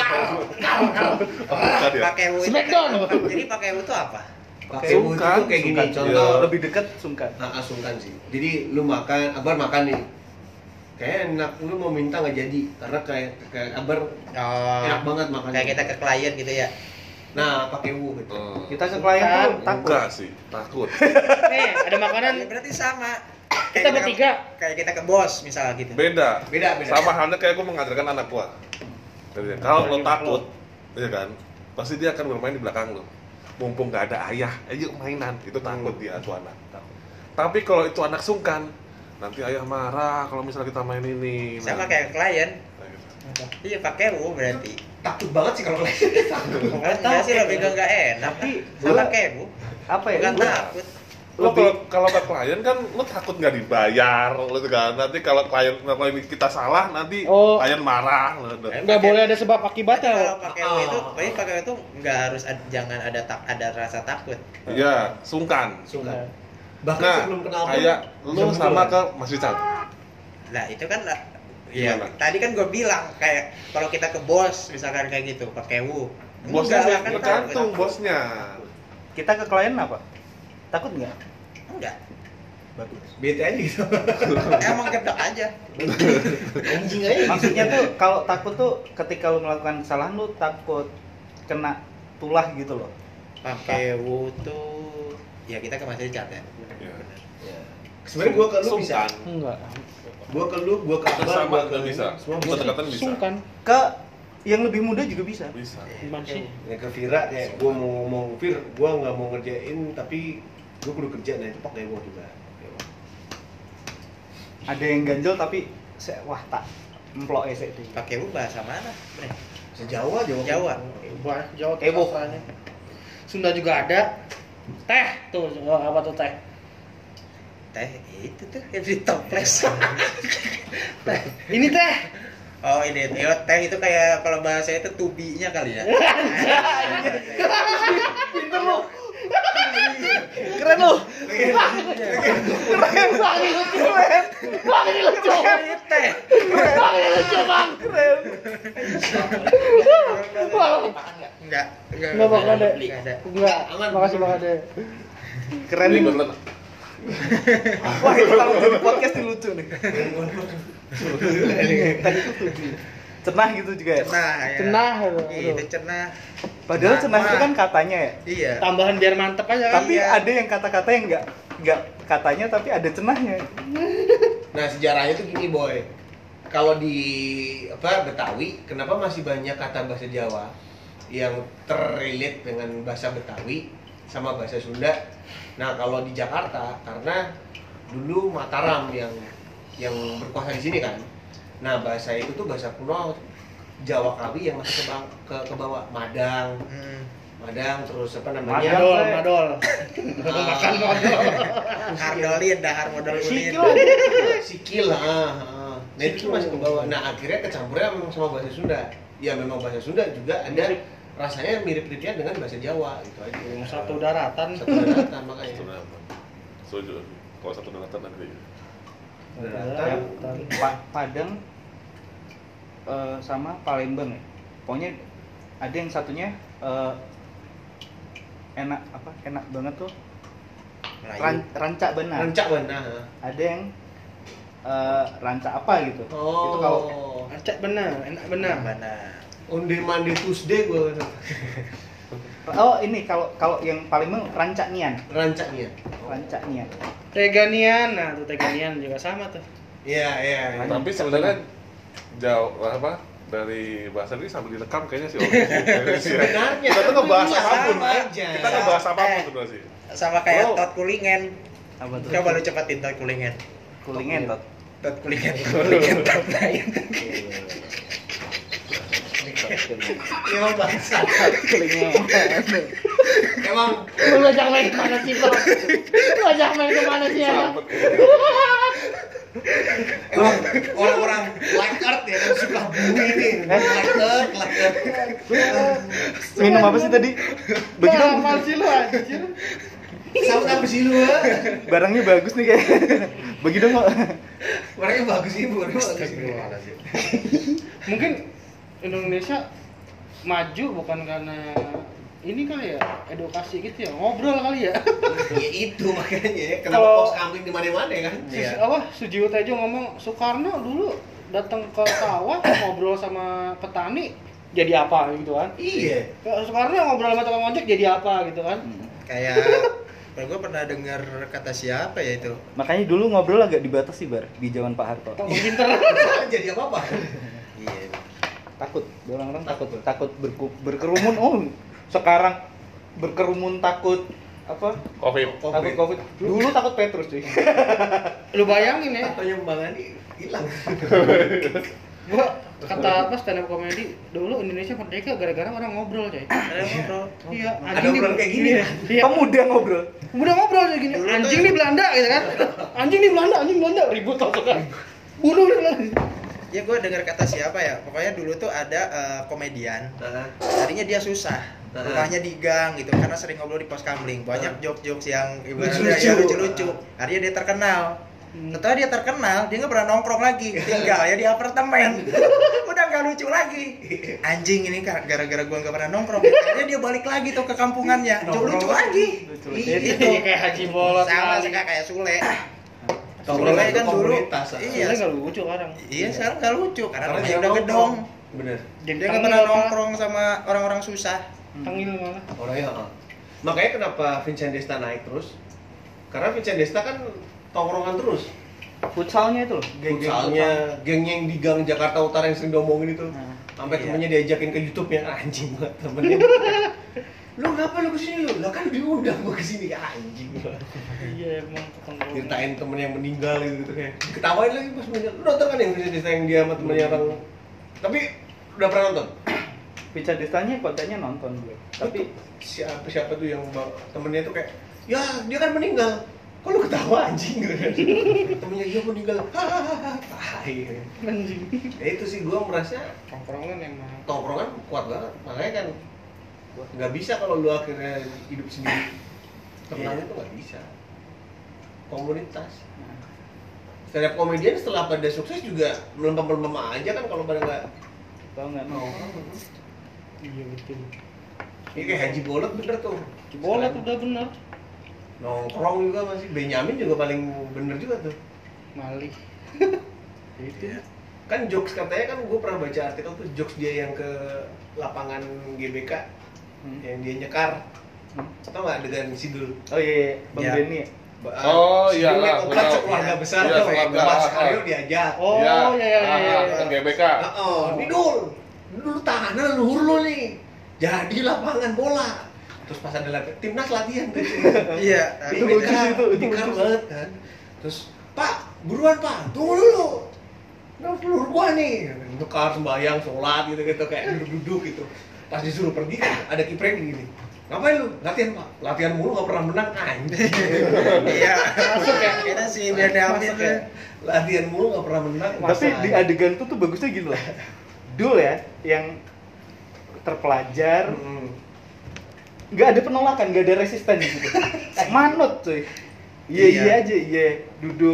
Oh, bukan ya? Pakewo itu. Smackdown. Jadi pakewo itu apa? Pakewo itu Sungkan, tuh kayak gini, sungkan. contoh Iya. Lebih dekat sungkan. Nah, sungkan sih. Jadi lu makan, Akbar makan nih. Kayak enak, lu mau minta nggak jadi karena kayak kayak Akbar Oh. enak banget makannya. Kayak kita ke klien gitu ya. Nah, pakai wu gitu. Hmm. Kita ke klien tuh takut. Enggak sih, takut. Nih, ada makanan Ya, berarti sama. Kita ke- bertiga. kayak kita ke bos misalnya gitu. Beda. Beda, beda. Sama halnya kayak gue mengajarkan anak gue. Jadi, kalau lo takut, ya kan, pasti dia akan bermain di belakang lo. Mumpung nggak ada ayah, ayo mainan. Itu takut Hmm. dia tuh anak. Tapi kalau itu anak sungkan, nanti ayah marah kalau misalnya kita main ini. Sama Nah, kayak klien. nah, gitu. Iya pakai wu berarti. Takut banget sih kalau klien. Enggak sih lebih ke enggak enak. Tapi Sama gua- kayak bu. apa ya? Bukan gua- takut. Lo kalau kalau ke klien kan lo takut nggak dibayar, lo tuh kan. Nanti kalau klien kalau ini kita salah, nanti Oh. klien marah. Lo, lo. Eh, Nggak boleh ada sebab akibatnya. Kalau Wo. pakai wu itu, pokoknya pakai wu itu nggak harus ad- jangan ada tak ada rasa takut. Iya, sungkan. Sungkan. Bahkan Nah, sebelum kenal pun, kayak lo bisa sama muncul, ke Mas Richard. Nah itu kan lah. Iya, Gimana? tadi kan gue bilang kayak kalau kita ke bos misalkan kayak gitu pakai wu. Bosnya Enggak, kan tergantung takut. bosnya. Kita ke klien apa? Takut nggak? Enggak. bagus. Bete aja gitu. Emang gedek aja. Anjing aja. Maksudnya tuh kalau takut tuh ketika lu melakukan kesalahan lu takut kena tulah gitu loh. Pakai wu tuh ya kita ke Mas Richard ya. Iya. Sebenarnya gua ke lu bisa. Sungkan. Enggak. Gua ke lu, gua ke Akbar, Bersama gua ke nggak bisa. semua bisa. Pendekatan bisa. Sungkan. Ke yang lebih muda juga bisa. Bisa. Gimana sih? Ya ke Vira ya, gua mau ngomong Vir, gua nggak mau ngerjain tapi gua kudu kerja, nah itu pakai gua juga. Ada yang ganjel tapi se- wah tak emplok esek tuh. Pakai wu bahasa mana? Bre? Sejawa Jawa. Jawa. Banyak Jawa Eh, Wo. sastranya. Sunda juga ada. Teh tuh, oh, apa tuh teh? Teh itu tuh yang di toples. Teh. Ini teh. Oh ini ya, teh itu kayak kalau bahasa itu tubinya kali ya. Pinter lu. Keren lu. Keren banget lucu, men. Bang ini lucu. Ini teh. Bang ini lucu, Bang. Keren. Wah, Enggak, enggak. enggak bakal ada. Enggak ada. Enggak. Makasih Bang Ade. Keren nih. Beneran. Wah, itu kalau jadi podcast ini lucu nih. Tadi tuh tujuh. Cenah gitu juga ya. Cenah ya. Cenah, aduh. Iya, itu cenah. Padahal Cenah cenah itu mah. kan katanya ya. Iya. Tambahan biar mantep aja kan. Tapi Iya. ada yang kata-kata yang enggak enggak katanya tapi ada cenahnya. Nah sejarahnya tuh gini boy, kalau di apa Betawi, kenapa masih banyak kata bahasa Jawa yang terrelate dengan bahasa Betawi sama bahasa Sunda? Nah kalau di Jakarta, karena dulu Mataram yang yang berkuasa di sini kan, nah bahasa itu tuh bahasa kuno Jawa Kawi yang masih ke, bang- ke, ke bawah Madang, Hmm. Madang terus apa Madang. namanya? Madol, Saya- madol. Makan madol. Hardolin, dahar modal ulin. Sikil. Sikil lah. ah. Nah itu tuh masih ke bawah. Nah akhirnya kecampurnya memang sama bahasa Sunda. Ya memang bahasa Sunda juga ada rasanya mirip-miripnya dengan bahasa Jawa gitu aja. Satu daratan. Satu daratan makanya. Satu daratan. Setuju. Kalau satu daratan nanti. Daratan. Pa- Padang eh, sama Palembang ya. Pokoknya ada yang satunya eh, enak apa? Enak banget tuh. Melayu. Ran- rancak benar. Rancak benar. Ada yang eh, rancak apa gitu. Oh. Itu kalau Acak benar, enak benar. Mana? Onde mande Tuesday gua oh ini kalau kalau yang Palembang rancak nian. rancaknya. Rancak nian. Teganian, nah tuh Teganian juga sama tuh. Iya iya. iya. Tapi sebenarnya jauh apa dari bahasa ini sambil direkam kayaknya sih. Sebenarnya Kita tuh ngebahas iya, apapun. sama aja. Kita ngebahas apapun Eh. sebenarnya sih. Sama kayak Oh. tot kulingen. Apa tuh? Coba lu cepetin tot kulingen. Kulingen tot. Tot kulingen. Kulingen tot lain. Emang bangsa. Kulingen. Emang Lu ngajak main kemana sih, Bang? Lu ngajak main kemana sih, anak? emang orang-orang like earth ya yang suka bumi nih. Like earth, like earth. Minum apa sih tadi? Begitu Bang, apa sih lu anjir? Sama apa sih lu? ah? barangnya bagus nih kayak. Begitu kok. Orangnya bagus sih, bu. Mungkin Indonesia maju bukan karena ini kali ya, edukasi gitu ya, ngobrol kali ya. Ya itu makanya ya. Kenapa Kalau- pos kambing di mana-mana kan? Sus- apa Sujiwo Tejo ngomong Soekarno dulu datang ke sawah ngobrol sama petani jadi apa gitu kan. Iya. Kayak Soekarno ngobrol sama tukang ojek jadi apa gitu kan. Kayak Kalau gue pernah dengar kata siapa ya itu? Makanya dulu ngobrol agak dibatasi bar di zaman Pak Harto. Tong pinter. Jadi apa apa? Iya. Takut, orang-orang takut, takut berku- berkerumun. Oh, sekarang berkerumun takut apa? Covid. Takut Covid. Dulu takut Petrus cuy. Lu bayangin ya, Atau yang Bang Andi hilang. gua kata apa stand up comedy dulu Indonesia merdeka gara-gara orang ngobrol coy. Ada ngobrol. Iya, Ada anjing obrolan di- kayak gini, iya, iya. Pemuda ngobrol. Udah ngobrol kayak gini. Dulu Anjing tuh- di Belanda gitu kan. Anjing di Belanda, anjing Belanda ribut langsung kan. Bunuh nih lagi. Ya gue dengar kata siapa ya? Pokoknya dulu tuh ada eh, komedian. Nah, Tadinya dia susah. Nah. Rumahnya di gang gitu karena sering ngobrol di pos kamling. Banyak Nah. jokes-jokes yang ibaratnya Lucu-lucu. ya lucu-lucu. Akhirnya dia terkenal. Hmm. Setelah dia terkenal, dia nggak pernah nongkrong lagi, tinggal ya di apartemen. Udah nggak lucu lagi. Anjing ini kan gara-gara gua nggak pernah nongkrong. Akhirnya dia balik lagi tuh ke kampungannya, lucu, lucu lagi. Lucu-lucu. Itu Iya, kayak Haji Bolot sama kali. sih kayak Sule. Tongkrongan Sule itu kan dulu, komunitas, ah. iya, Iya, enggak lucu sekarang. iya sekarang nggak lucu karena Karena rumahnya dia udah nongkrong. gedong. Bener. Jadi Dia nggak pernah nongkrong sama orang-orang susah. Tengil malah. Orangnya heeh. Makanya kenapa Vincent Desta naik terus? Karena Vincent Desta kan tongkrongan terus. Futsalnya itu loh, geng-geng Futsalnya, geng yang di gang Jakarta Utara yang sering diomongin itu. Nah, Sampai iya. temennya diajakin ke YouTube-nya, anjing banget temennya. Lu ngapa lu kesini lu? Lah kan diundang gua kesini, anjing banget. Iya, emang tengil. Ceritain temen yang meninggal gitu, gitu kayak ketawain lagi pas meninggal. Lu nonton kan yang Vincent Desta yang dia sama temennya orang. Tapi udah pernah nonton? Pica Destanya kontennya nonton gue. Tapi siapa siapa tuh yang bawa- temennya tuh kayak, ya dia kan meninggal. Kok lu ketawa anjing gitu kan? Temennya dia meninggal. Hahaha. Tai. Anjing. Ya itu sih gua merasa Tongkrongan emang. tongkrongan kuat banget. Makanya kan nggak bisa kalau lu akhirnya hidup sendiri. Tenang itu nggak bisa. Komunitas. Stand up komedian setelah pada sukses juga melempem-melempem aja kan kalau pada nggak tau nggak nongkrong. Iya betul. Ini kayak Haji Bolot bener tuh. Bola udah bener. Nongkrong juga masih. Benyamin juga paling bener juga tuh. Malih. Itu Kan jokes katanya kan gue pernah baca artikel tuh jokes dia yang ke lapangan G B K Hmm. yang dia nyekar. Hmm. Atau nggak dengan Sidul? Oh iya, iya. Bang Ya. Denny ya? Ba- Oh, Sidul iya naik lah, obat tahu. sekeluarga Iya. besar Iya, tuh. sekeluarga. Mas Ah, Aryo ah. diajak. Oh, iya iya iya. ah, iya. ah, G B K. Nah, oh, ini dul, dulu tahanan luhur lo nih. Jadi lapangan bola. Terus pas ada latihan, timnas latihan tuh. Iya. Itu lucu lucu sih, itu, itu Dikar lucu. banget kan. Terus, Pak, buruan Pak, tunggu dulu. Nah, pelur gua nih. Tukar sembahyang, sholat gitu-gitu kayak duduk-duduk gitu. Pas disuruh pergi, ada kipreng gini. Ngapain lu? Latihan Pak. Latihan mulu gak pernah menang anjing. Iya. Masuk ya. Kita si Benyamin Masuk ya. Latihan mulu gak pernah menang. Tapi masa di aja. adegan tuh tuh bagusnya gitu loh. Dul ya, yang terpelajar, Mm-mm. nggak ada penolakan, nggak ada resisten gitu. Manut cuy. Iya Iya. iya aja, iya duduk.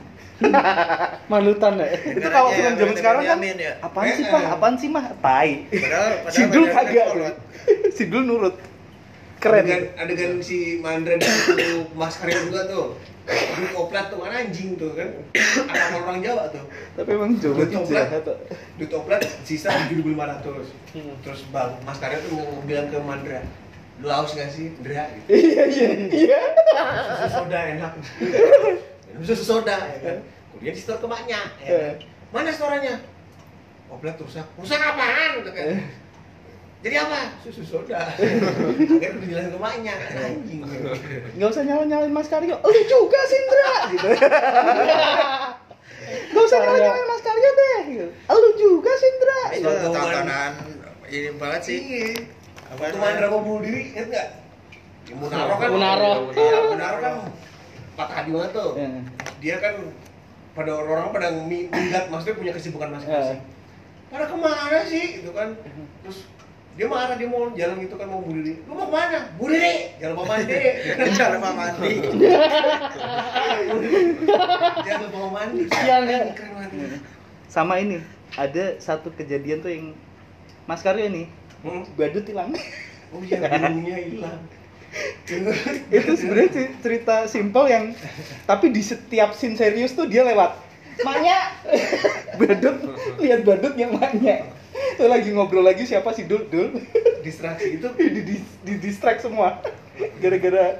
Manutan ya. Itu kalau Ibaratnya film zaman Benyamin sekarang kan, ya. apaan sih Eh, Pak? eh. Apaan sih mah? Tai. Padahal padahal Sidul Benyamin kagak. kolot. Sidul nurut. Keren. Adegan, adegan si Mandra itu Mas Karyo juga tuh. Di oplat tuh mana anjing tuh kan. Anak orang Jawa tuh. Tapi emang Jawa Duit tuh oplat, jahat. duit oplat sisa tujuh ribu lima ratus. Hmm. Terus Bang Mas Karyo tuh mau bilang ke Mandra, lu haus nggak sih, Ndra? Gitu. Iya iya iya. Susu soda enak. Minum susu soda ya kan. Kemudian di store ke maknya, ya kan. Mana storenya? Oplet rusak. Rusak apaan? Gitu kan. Jadi apa? Susu soda. Akhirnya dijelasin ke maknya, anjing. Nggak usah nyalain-nyalain Mas Karyo. Lu juga Sindra gitu. Nggak usah nyalain Mas Karyo deh. Gitu. Lu juga Sindra. Itu tontonan ini banget sih. Iya. Apa Waktu namanya? Mandra mau bunuh diri, inget nggak? Ya, Munaro kan. Munaro. Iya, Munaro kan patah hati banget tuh. Ya. Dia kan pada orang-orang pada mi- melihat maksudnya punya kesibukan masing-masing. Pada kemana sih gitu kan? Terus dia marah, dia mau jalan gitu kan mau bunuh diri. Lu mau kemana? Bunuh diri. Jangan lupa mandi. Jangan lupa mandi. Jangan lupa mandi. Sial ya. Keren banget. Sama ini, ada satu kejadian tuh yang Mas Karyo nih, Hmm? badut hilang. Oh iya, burungnya hilang. Itu sebenarnya cer- cerita simple yang tapi di setiap scene serius tuh dia lewat maknya badut, lihat badutnya maknya tuh lagi ngobrol lagi siapa sih Dul Dul Distraksi itu di, di, di distract semua gara-gara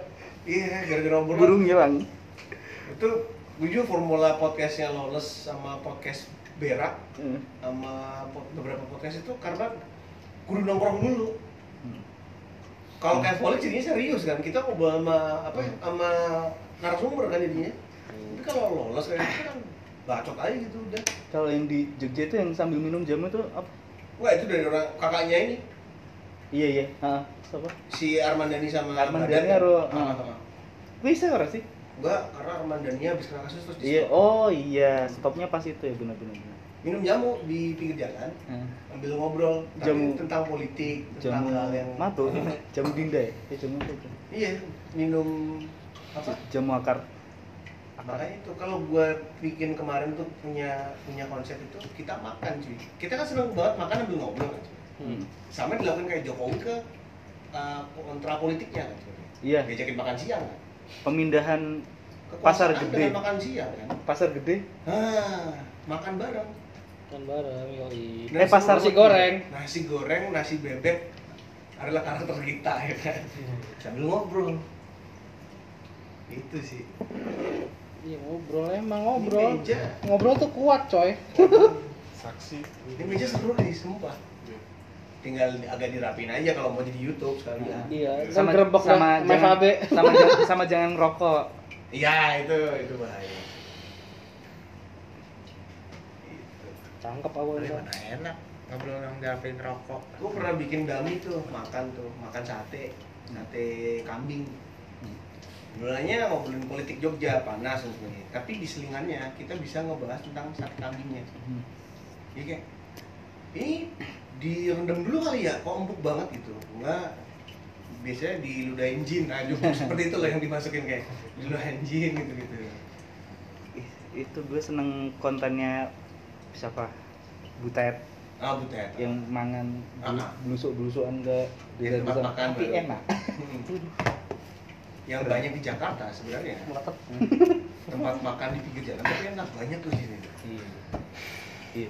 Iya, gara-gara obrolan. burung hilang. Itu gue juga formula podcastnya Lawless sama podcast Berak Hmm. sama po- beberapa podcast itu karena kudu nongkrong dulu. Hmm. Kalau kayak volley jadinya serius kan, kita ngobrol sama apa ya, sama narasumber kan jadinya. Tapi kalau Lawless kayak gitu kan bacot aja gitu udah. Kalau yang di Jogja itu yang sambil minum jamu itu apa? Wah itu dari orang kakaknya ini, Iya iya. Heeh. Siapa? si Armandani sama Armand Badan Dhani kan? karo- Ah, ah, ah. Bisa ora sih? Enggak, karena Armandani habis kena kasus terus di Iya. stop. Oh iya, stopnya pas itu ya benar-benar. Minum jamu di pinggir jalan, Heeh. ambil ngobrol tapi Jamu- tentang politik, tentang Jamu hal yang matu, jamu dinda ya? Eh, jamu apa itu? Iya, minum apa? Jamu akar. Makanya itu kalau gua bikin kemarin tuh punya punya konsep itu kita makan cuy. Kita kan seneng banget makan ambil ngobrol kan cuy. Hmm. Sama dilakukan kayak Jokowi ke uh, kontra politiknya kan cuy. Iya. Diajakin makan siang kan. Pemindahan pasar Kekuasaan gede. dengan makan siang kan. Pasar gede. Ah, makan bareng. Kan bareng yoi. Eh, pasar Nasi goreng. Nasi goreng, nasi bebek adalah karakter kita ya kan. Sambil ngobrol. Itu sih. Iya ngobrol emang ngobrol. Ini meja. Ngobrol tuh kuat coy. Saksi. Ini meja seru nih, sumpah. Tinggal agak dirapin aja kalau mau jadi YouTube sekalian. Iya. Sama Kan gerbek sama dah, jangan, F A B. sama jangan, sama jangan ngerokok. Iya, itu itu bahaya. Gitu. Cangkep awal Boleh itu. mana enak ngobrol yang diapin rokok. Gue pernah bikin dami tuh, makan tuh, makan sate, sate kambing. Mulanya ngobrolin politik Jogja, panas sebenarnya. Tapi di selingannya kita bisa ngebahas tentang sate kambingnya. Hmm. Iya kayak, ini direndam dulu kali ya, kok empuk banget gitu. Enggak, biasanya diludahin jin, nah juga seperti itu lah yang dimasukin kayak diludahin jin gitu-gitu. Ih, itu gue seneng kontennya siapa? Butet Ah, butet. yang mangan Ah. belusuk-belusukan ke Di tempat desa-desa. makan Tapi baru. enak. Yang banyak di Jakarta sebenarnya. Meletet. Tempat makan di pinggir jalan tapi enak banyak tuh sini. Iya. Iya.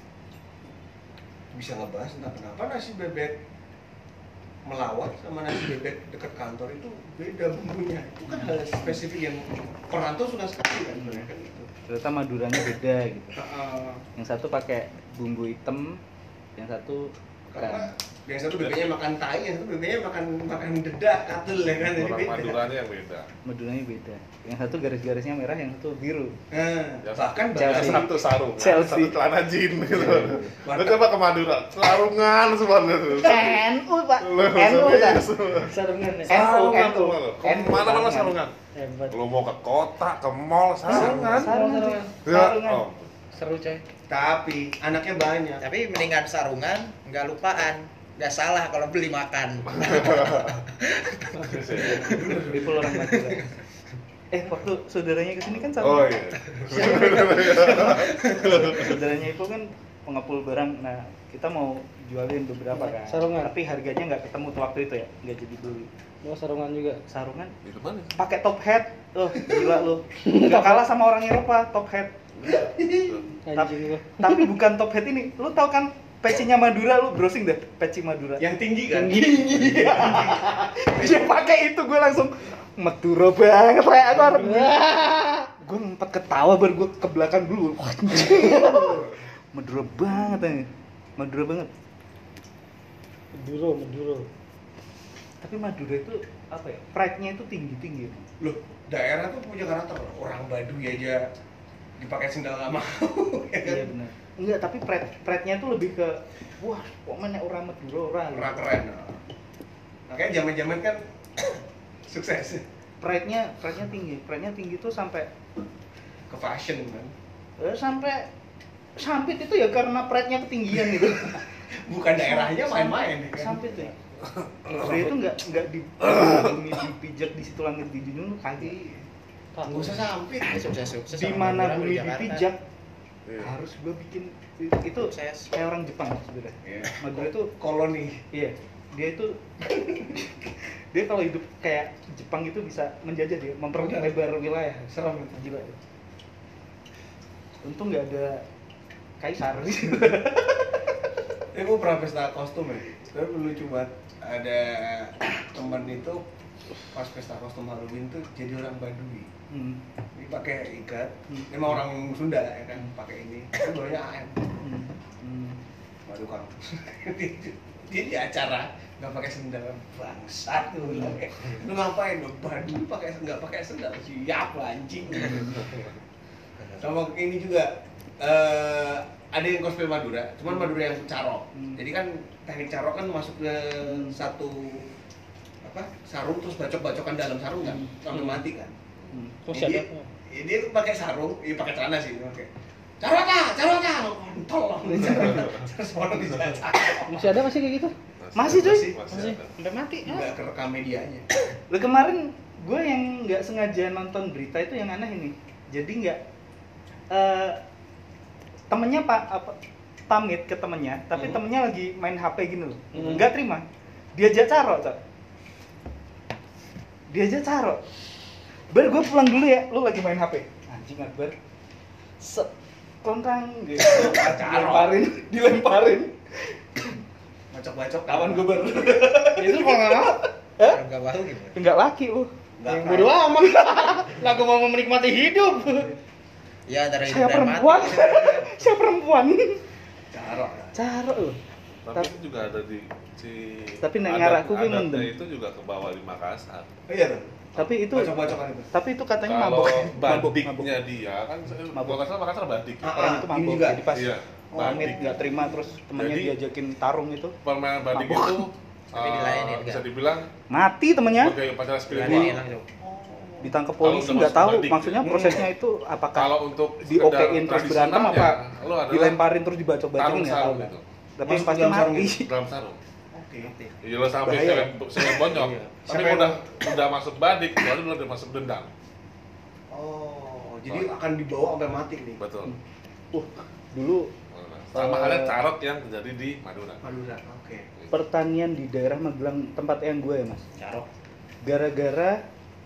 Bisa ngebahas tentang kenapa nasi bebek melawat sama nasi bebek dekat kantor itu beda bumbunya. Itu kan hal spesifik yang perantau suka sekali kan sebenarnya kan gitu. Ternyata Maduranya beda gitu. Heeh. Yang satu pakai bumbu hitam, yang satu Karena bukan. yang satu bebeknya makan tai, yang satu bebeknya makan makan dedak, katul ya kan, jadi Orang beda. Maduranya yang beda. Maduranya beda. Yang satu garis-garisnya merah, yang satu biru. Nah, Yang bahkan Yang Chelsea. satu sarung, Chelsea. satu celana jean gitu. Warna- Lu coba ke Madura, sarungan semuanya tuh. N U Pak. Lu N U kan. serius. Sarungan ya. Sarungan N U. tuh. N U. Mana-mana sarungan. Hebat. Lu mau ke kota, ke mall, sarungan. Sarungan. Sarungan. Ya, Sarungan. oh. Seru coy. tapi anaknya banyak. Tapi mendingan sarungan, nggak lupaan. Nggak salah kalau beli makan. Itu orang Madura. Eh, waktu saudaranya kesini kan sama. Oh iya. Saudaranya itu kan pengepul barang. Nah, kita mau jualin beberapa kan. Sarungan. Tapi harganya nggak ketemu tuh waktu itu ya, nggak jadi beli. Mau sarungan juga. Sarungan Itu mana? pakai top hat. Tuh, gila lu. Nggak kalah sama orang Eropa, top hat. Anjing gua. Tapi bukan top hat ini. Lu tau kan pecinya Madura, lu browsing deh peci Madura. Yang tinggi kan? Tinggi. Dia pakai itu gue langsung Madura banget kayak aku harus. Gue ngempet ketawa baru gue ke belakang dulu. Wah, anjing. Madura banget ini. Madura banget. Maduro, Maduro. Tapi Madura itu apa ya? Pride-nya itu tinggi-tinggi. Loh, daerah tuh punya karakter. Orang Baduy aja dipakai sendal nggak mau. Ya kan? Iya benar. Enggak, tapi pride pride-nya itu lebih ke wah, kok mana orang Madura orang. Orang keren. Makanya zaman-zaman kan sukses Pride-nya pride-nya tinggi. Pride-nya tinggi tuh sampai ke fashion kan. eh, sampai sampit itu ya karena pride-nya ketinggian gitu. Bukan daerahnya main-main ya kan. Sampit ya. Dia itu nggak nggak di bumi dipijak di situ langit dijunjung tuh kaki. Nggak usah sampit. Sukses-sukses. Di orang mana Madura bumi di Jakarta. dipijak Iya. harus gue bikin itu Sukses. kayak orang Jepang sebenarnya. Iya. Madura itu Koloni. iya dia itu dia kalau hidup kayak Jepang itu bisa menjajah dia memperlebar wilayah. Serem. Gila. Untung nggak ada kaisar di situ. Eh, gue pernah pesta kostum ya. Tapi lucu banget. Ada temen itu pas pesta kostum Halloween tuh jadi orang Baduy. Hmm. Ini pakai ikat, Hmm. emang orang Sunda ya kan, pakai ini. Kan bawahnya A M. Hmm. Hmm. Waduh Kang. Dia di acara nggak pakai sendal, bangsat tuh. Lu ngapain lu? Baduy pakai nggak pakai sendal, siap lah, anjing. Sama ini juga eh ada yang cosplay Madura, cuman Madura yang carok. Hmm. Jadi kan teknik carok kan masuk ke satu apa sarung terus bacok-bacokan dalam sarung kan, sampai mati kan. Hmm. Terus Jadi ada apa? ya dia pakai sarung, ya pakai celana sih, pakai. Carota, carota, kontol. Terus orang dijajah. Masih ada masih kayak gitu? Masih, cuy. Masih, Masih ada. sampai mati. Ah. Enggak kerekam medianya. Lu kemarin gue yang nggak sengaja nonton berita itu yang aneh ini. Jadi nggak eh temennya pak apa pamit ke temennya, tapi Hmm. temennya lagi main H P gini loh. Hmm. Nggak terima. Diajak carok, Cok. Diajak carok. Bar gue pulang dulu ya, lu lagi main H P. Anjing Akbar. Set kontang gitu. dilemparin, dilemparin. Bacok-bacok Kawan gue baru. Itu kalau nggak mau, Hah? Enggak bahu gimana? Enggak laki lu. Enggak yang bodo amat. Lah gua mau menikmati hidup. Ya antara hidup Saya dan perempuan. mati. Saya perempuan. carok. Carok lu. Tapi itu juga ada di si Tapi nek adat- ngarahku kuwi adatnya mendem. itu juga ke bawah di Makassar. Iya tuh. Tapi itu Bacok-bacokan itu. tapi itu katanya Kalau mabok. Mabok, mabok. badiknya dia kan Mabok. kalau nggak salah Makassar badik. Ah, Orang itu ini mabok. juga. Jadi pas Iya, pamit badik. nggak terima terus temannya Jadi- diajakin tarung itu. Permainan badik Mabok. itu Tapi eh, dilayanin, bisa enggak? dibilang Mati temannya. sebagai upacara Ini spiritual. langsung. Ditangkap Kalau polisi udah nggak masuk tahu badik, maksudnya ya. prosesnya itu apakah Kalau untuk diokein terus berantem apa lo adalah dilemparin terus dibacok-bacokin tarung nggak tahu sarung kan. itu. Tapi yang Masuk pasti dalam sarung mati. itu. Dalam sarung. Oke. Iya lo sampai Bahaya. saya saya bonyok. Iya. Tapi Siapa kalau yang- udah udah masuk badik, baru udah masuk dendam. Oh, jadi akan dibawa sampai mati nih. Betul. Uh, dulu Sama Eh, halnya carot yang terjadi di Madura. Madura. Oke. pertanian di daerah Magelang tempat yang gue ya mas. Carok. Gara-gara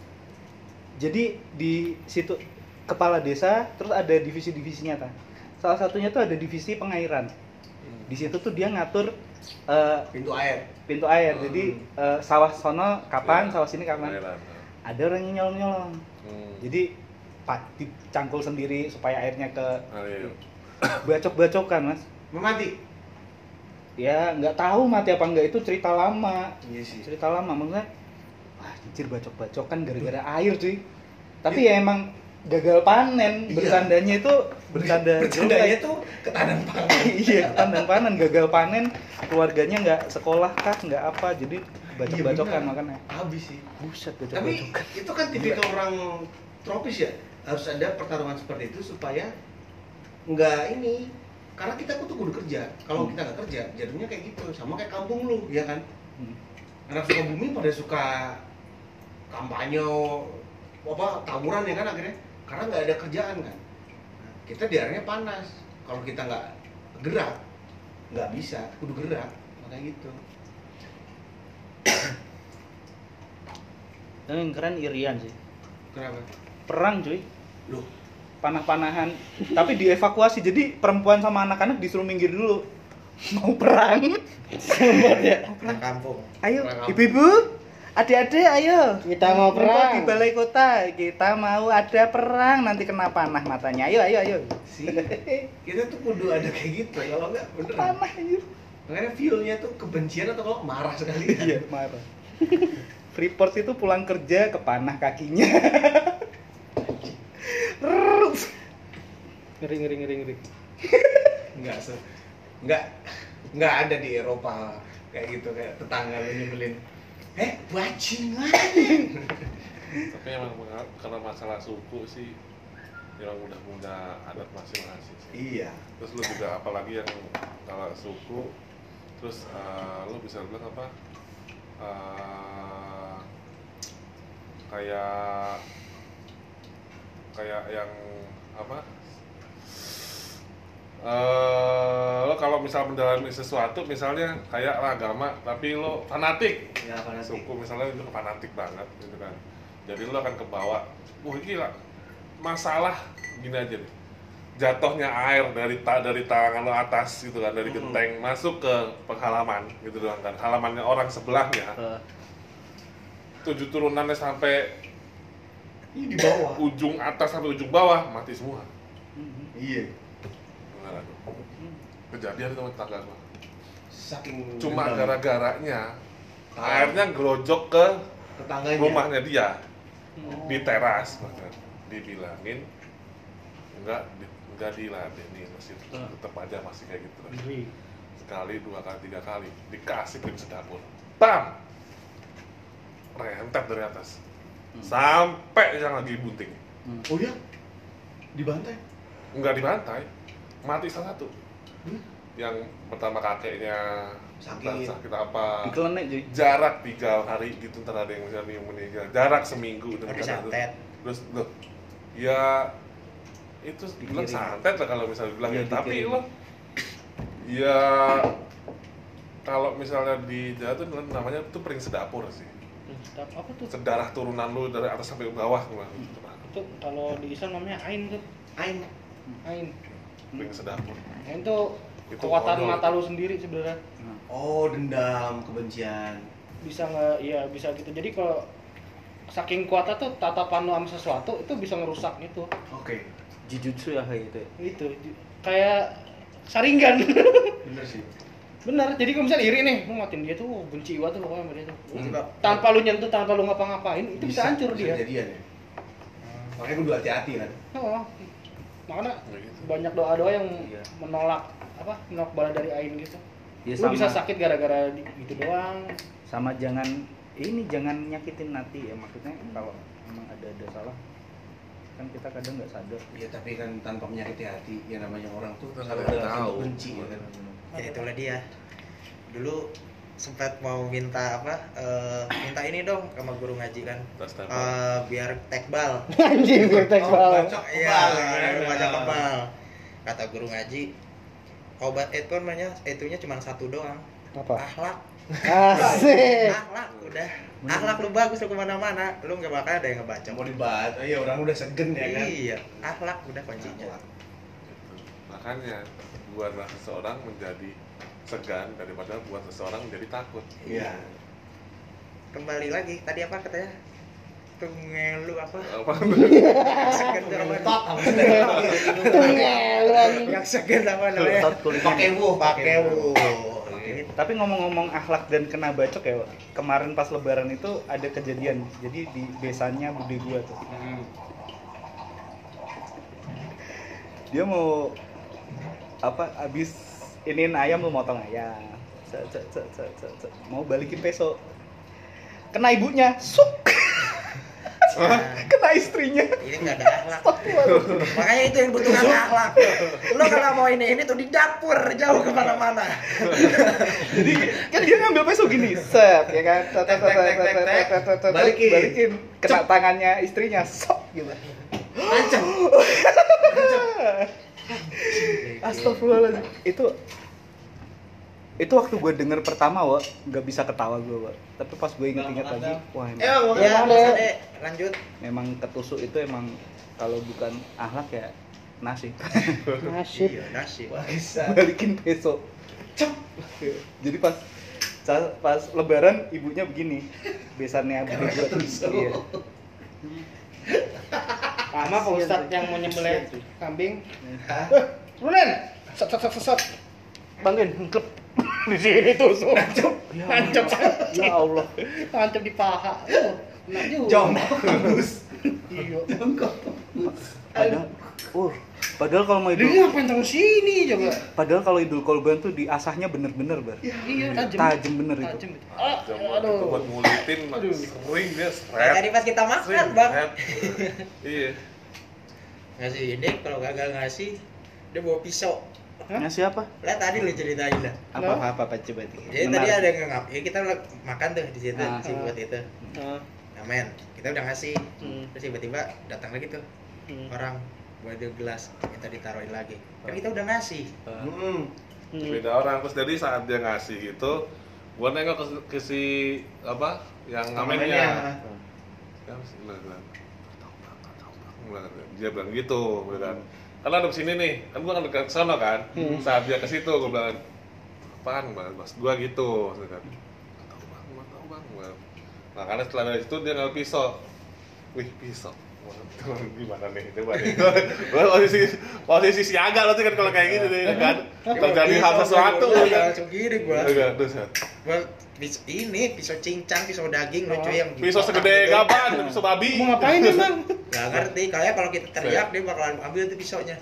jadi di situ kepala desa terus ada divisi-divisinya kan. Salah satunya tuh ada divisi pengairan. Di situ tuh dia ngatur eh, Pintu air. pintu air. Hmm. Jadi eh, sawah sono kapan, Iya. sawah sini kapan. Thailand. Ada orang yang nyolong-nyolong. Hmm. Jadi pak dicangkul sendiri supaya airnya ke Ayo. bacok-bacokan mas. Mati. Ya nggak tahu mati apa enggak itu cerita lama. Iya sih. Cerita lama maksudnya wah anjir bacok-bacokan gara-gara air cuy. Tapi ya emang gagal panen, Iya. bercandanya itu bercanda Bercandanya tuh ketahanan pangan. iya tandan panen gagal panen, keluarganya nggak sekolah kah nggak apa jadi bacok-bacokan Iya, benar. makanya Habis sih. buset Tapi bacok-bacokan. itu kan tipikal orang tropis ya. Harus ada pertarungan seperti itu supaya nggak ini. Karena kita tuh kudu kerja. Kalau Hmm. kita nggak kerja, jadinya kayak gitu. Sama kayak kampung lu, ya kan? Hmm. Anak Sukabumi pada suka kampanye apa tawuran ya kan akhirnya karena nggak ada kerjaan kan. Nah, kita di airnya panas. Kalau kita nggak gerak, nggak bisa. Kudu gerak, makanya gitu. Dan yang keren Irian sih, Kenapa? perang cuy, Loh, panah-panahan tapi dievakuasi jadi perempuan sama anak-anak disuruh minggir dulu mau perang. Sumpah ya. Orang kampung. Ayo, Perang. ibu-ibu, adik-adik, ayo. Kita mau Ngumpul perang. di balai kota. Kita mau ada perang. Nanti kena panah matanya. Ayo, ayo, ayo. sih kita tuh kudu ada kayak gitu. Kalau nggak bener. Panah aja. Makanya feel-nya tuh kebencian atau kalau marah sekali. Iya, marah. Freeport itu pulang kerja ke panah kakinya. Ngeri ngeri ngeri ngeri. Nggak se nggak nggak ada di Eropa kayak gitu kayak tetangga lu nyebelin. Eh, bajingan. Tapi emang menga- karena masalah suku sih yang udah punya adat masing-masing sih. Iya. Terus lu juga apalagi yang kalau suku terus eh, lu bisa bilang apa eh, kayak kayak yang apa eh lo kalau misal mendalami sesuatu misalnya kayak agama tapi lo fanatik Ya, fanatik. suku misalnya itu fanatik banget gitu kan jadi lo akan kebawa wah gila masalah gini aja nih jatuhnya air dari ta dari tangan lo atas gitu kan dari Hmm. genteng masuk ke penghalaman gitu doang kan halamannya orang sebelahnya tujuh turunannya sampai Ih, di bawah. ujung atas sampai ujung bawah mati semua. Iya. Beneran. Kejadian itu sama tetangga gua. Saking Cuma dendam. gara-garanya Ah. airnya gerojok ke tetangganya. rumahnya dia Oh. di teras bahkan dibilangin enggak di, enggak diladenin masih Hmm. tetap aja masih kayak gitu terus. Ngeri. Sekali dua kali tiga kali dikasih piring sedapur bam rentet dari atas sampai yang lagi bunting Oh ya? Dibantai. enggak dibantai mati salah satu yang pertama kakeknya Sakit. entah sakit apa Dikelenek jadi. jarak tiga hari gitu ntar ada yang misalnya yang meninggal jarak seminggu dan Tapi kata- santet. terus loh ya itu bilang Dikirim. santet lah kalau misalnya bilang Iya, ya tapi dikirim. lo ya kalau misalnya di Jawa tuh namanya itu piring sedapur sih Sedap apa tuh? sedarah turunan lu dari atas sampai bawah gua Itu kalau di Islam namanya ain tuh. Ain. Ain. piring sedapur Ain tuh Itu kekuatan konyol. mata lu sendiri sebenarnya. Oh, dendam, kebencian. Bisa nggak? Iya bisa gitu. Jadi kalau saking kuatnya tuh tatapan lu sama sesuatu itu bisa ngerusak gitu. Oke. Jujutsu ya kayak gitu. ya. Itu ju- kayak saringan. Bener sih. Bener. Jadi kalau misalnya iri nih, lu ngatin dia tuh oh, benci banget tuh pokoknya sama dia tuh. Tiba. Tanpa lu nyentuh, tanpa lu ngapa-ngapain, itu bisa, hancur dia. Jadian ya. Makanya kudu hati-hati kan. Oh, makanya Kayak gitu. banyak doa-doa yang Iya. menolak apa? Menolak bala dari ain gitu. Ya, Lu sama, bisa sakit gara-gara di- gitu doang. sama jangan ini jangan nyakitin hati ya maksudnya kalau memang ada ada salah kan kita kadang nggak sadar. Iya, tapi kan tanpa menyakiti hati, ya namanya orang tuh Kita kadang nggak ada tahu. benci ya kan. Ya itulah dia. Dulu sempat mau minta apa? eh, minta ini dong sama guru ngaji kan. Tas tempel. Eh, biar tekbal. Anjing biar teks Oh, bal. baca Iya, kebal ya. baca kebal. Kata guru ngaji, obat itu namanya itunya cuma satu doang. Apa? Akhlak. Asik. Akhlak udah. Akhlak lu bagus lu kemana-mana, lu nggak bakal ada yang ngebaca. Mau dibahas, iya orang udah segen ya kan. Iya, akhlak udah kuncinya. Gitu. Makanya buatlah seseorang menjadi segan daripada buat seseorang menjadi takut. Iya. Kembali lagi, tadi apa katanya? Tungelu apa? Apa? Segan tuh apa? Top, apa Yang segan apa namanya? Tot kulitnya. Pakai wu, Pakai wu. Gitu. Tapi ngomong-ngomong akhlak dan kena bacok ya, Wak. Kemarin pas lebaran itu ada kejadian. Jadi di desanya bude gua tuh. Dia mau apa abis iniin ayam lu motong ayam. Set, set, set, set, set, set. Mau balikin peso. Kena ibunya, suk. Kena istrinya. Ini nggak ada akhlak. Makanya itu yang butuhkan akhlak. Lo kalau mau ini ini tuh di dapur jauh kemana-mana. Jadi kan dia ngambil peso gini, set ya kan, set, set, set, set, set, set, set, set, set, Balikin. balikin, kena tangannya istrinya, sok gitu. Ancam. Astagfirullahaladzim. Itu itu waktu gue denger pertama, Wak, nggak bisa ketawa gue, Wak. Tapi pas gue inget-inget lagi, wah Eh, emang, Ya, Emang Mas deh. Ade, lanjut. memang ketusuk itu emang kalau bukan akhlak ya nasib. Nasib. Iya, nasib. Bisa. Balikin peso. Cep. Jadi pas pas lebaran ibunya begini. Besannya bude gue tuh. Iya. Sama Pak Ustadz yang mau nyembelih kambing. Runen, set set set set, set. Bantuin, klep. Di sini tusuk. Nancep. Ya Allah. Nancep di paha. Uh, Kena juga. Jongkok tembus. Iya. Jongkok. Padahal, uh, padahal kalau mau Dia idul, ngapain terus sini coba? padahal kalau idul korban tuh diasahnya bener-bener, Bar. Iya, tajam. Tajam bener itu. Tajam itu. Ah, Coba itu buat aduh. ngulitin mah Aduh. sering dia Kayak seret. tadi pas kita makan, Sering, Bang. seret. Iya. Ngasih ini kalau gagal ngasih dia bawa pisau. Hah? Ngasih apa? Lah tadi lu ceritain dah. Apa apa apa coba itu. Jadi tadi ada yang ngap. Ya kita udah makan tuh di situ Ah. si buat itu. Nah, Amen. Kita udah ngasih. hmm, Terus tiba-tiba datang lagi tuh hmm, orang buat dia gelas minta ditaruhin lagi. Kan kita udah ngasih. Hmm. hmm. Beda orang terus jadi saat dia ngasih gitu gua nengok ke, ke si apa yang ngamennya ya sih bilang bilang tahu bang nggak tahu bang bilang, dia bilang gitu bilang karena ada sini nih kan gua kan dekat sana kan Hmm. saat dia ke situ gua bilang apaan bang mas gua gitu kan nggak tahu bang nggak tahu bang Gua bilang, Nah karena setelah dari situ dia ngambil pisau. Wih pisau. Waduh, gimana nih? Coba nih. posisi posisi siaga lo tuh kan kalau kayak gitu deh kan. Terjadi hal sesuatu Gua kan. langsung gini gua. Enggak, terus kan. Gua pis- ini pisau cincang, pisau daging lucu yang Pisau dipotong segede gitu. gaban, pisau babi. Mau ngapain emang? Gak ngerti, kayak kalau kita teriak dia bakalan ambil tuh pisaunya.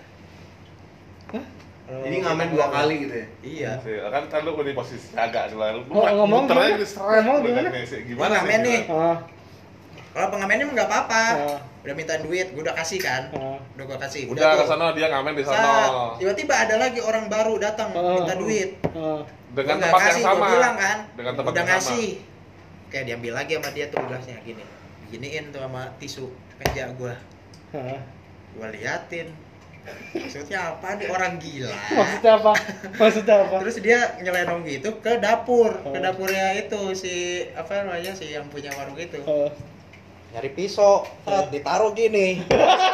Kalau Jadi ngamen kita dua ngomong- kali gitu ya. Iya. Sih, kan kan lu di posisi siaga selalu. Oh, ngomong muter aja gimana? di seret, Ngomong lu kan, gimana? nih, sih. Ini Gimana ngamen nih. Ah, Kalau pengamennya mah nggak apa-apa. Ah. Udah minta duit, gua udah kasih kan. ah. Udah gua kasih. Udah ke tuh. sana dia ngamen di Saat sana. tiba-tiba ada lagi orang baru datang Ah. minta duit. Ah. Dengan Gua nggak tempat yang kasih, sama. Gua bilang kan. Dengan tempat udah yang sama. ngasih. Kayak diambil lagi sama dia tuh gelasnya gini. Giniin tuh sama tisu meja gua. Ah. Gua liatin. Maksudnya apa nih orang gila? Maksudnya apa? Maksudnya apa? Terus dia nyelenong gitu ke dapur, ke Oh. dapurnya itu si apa namanya si yang punya warung itu. Ah. Nyari pisau, set, ditaruh gini.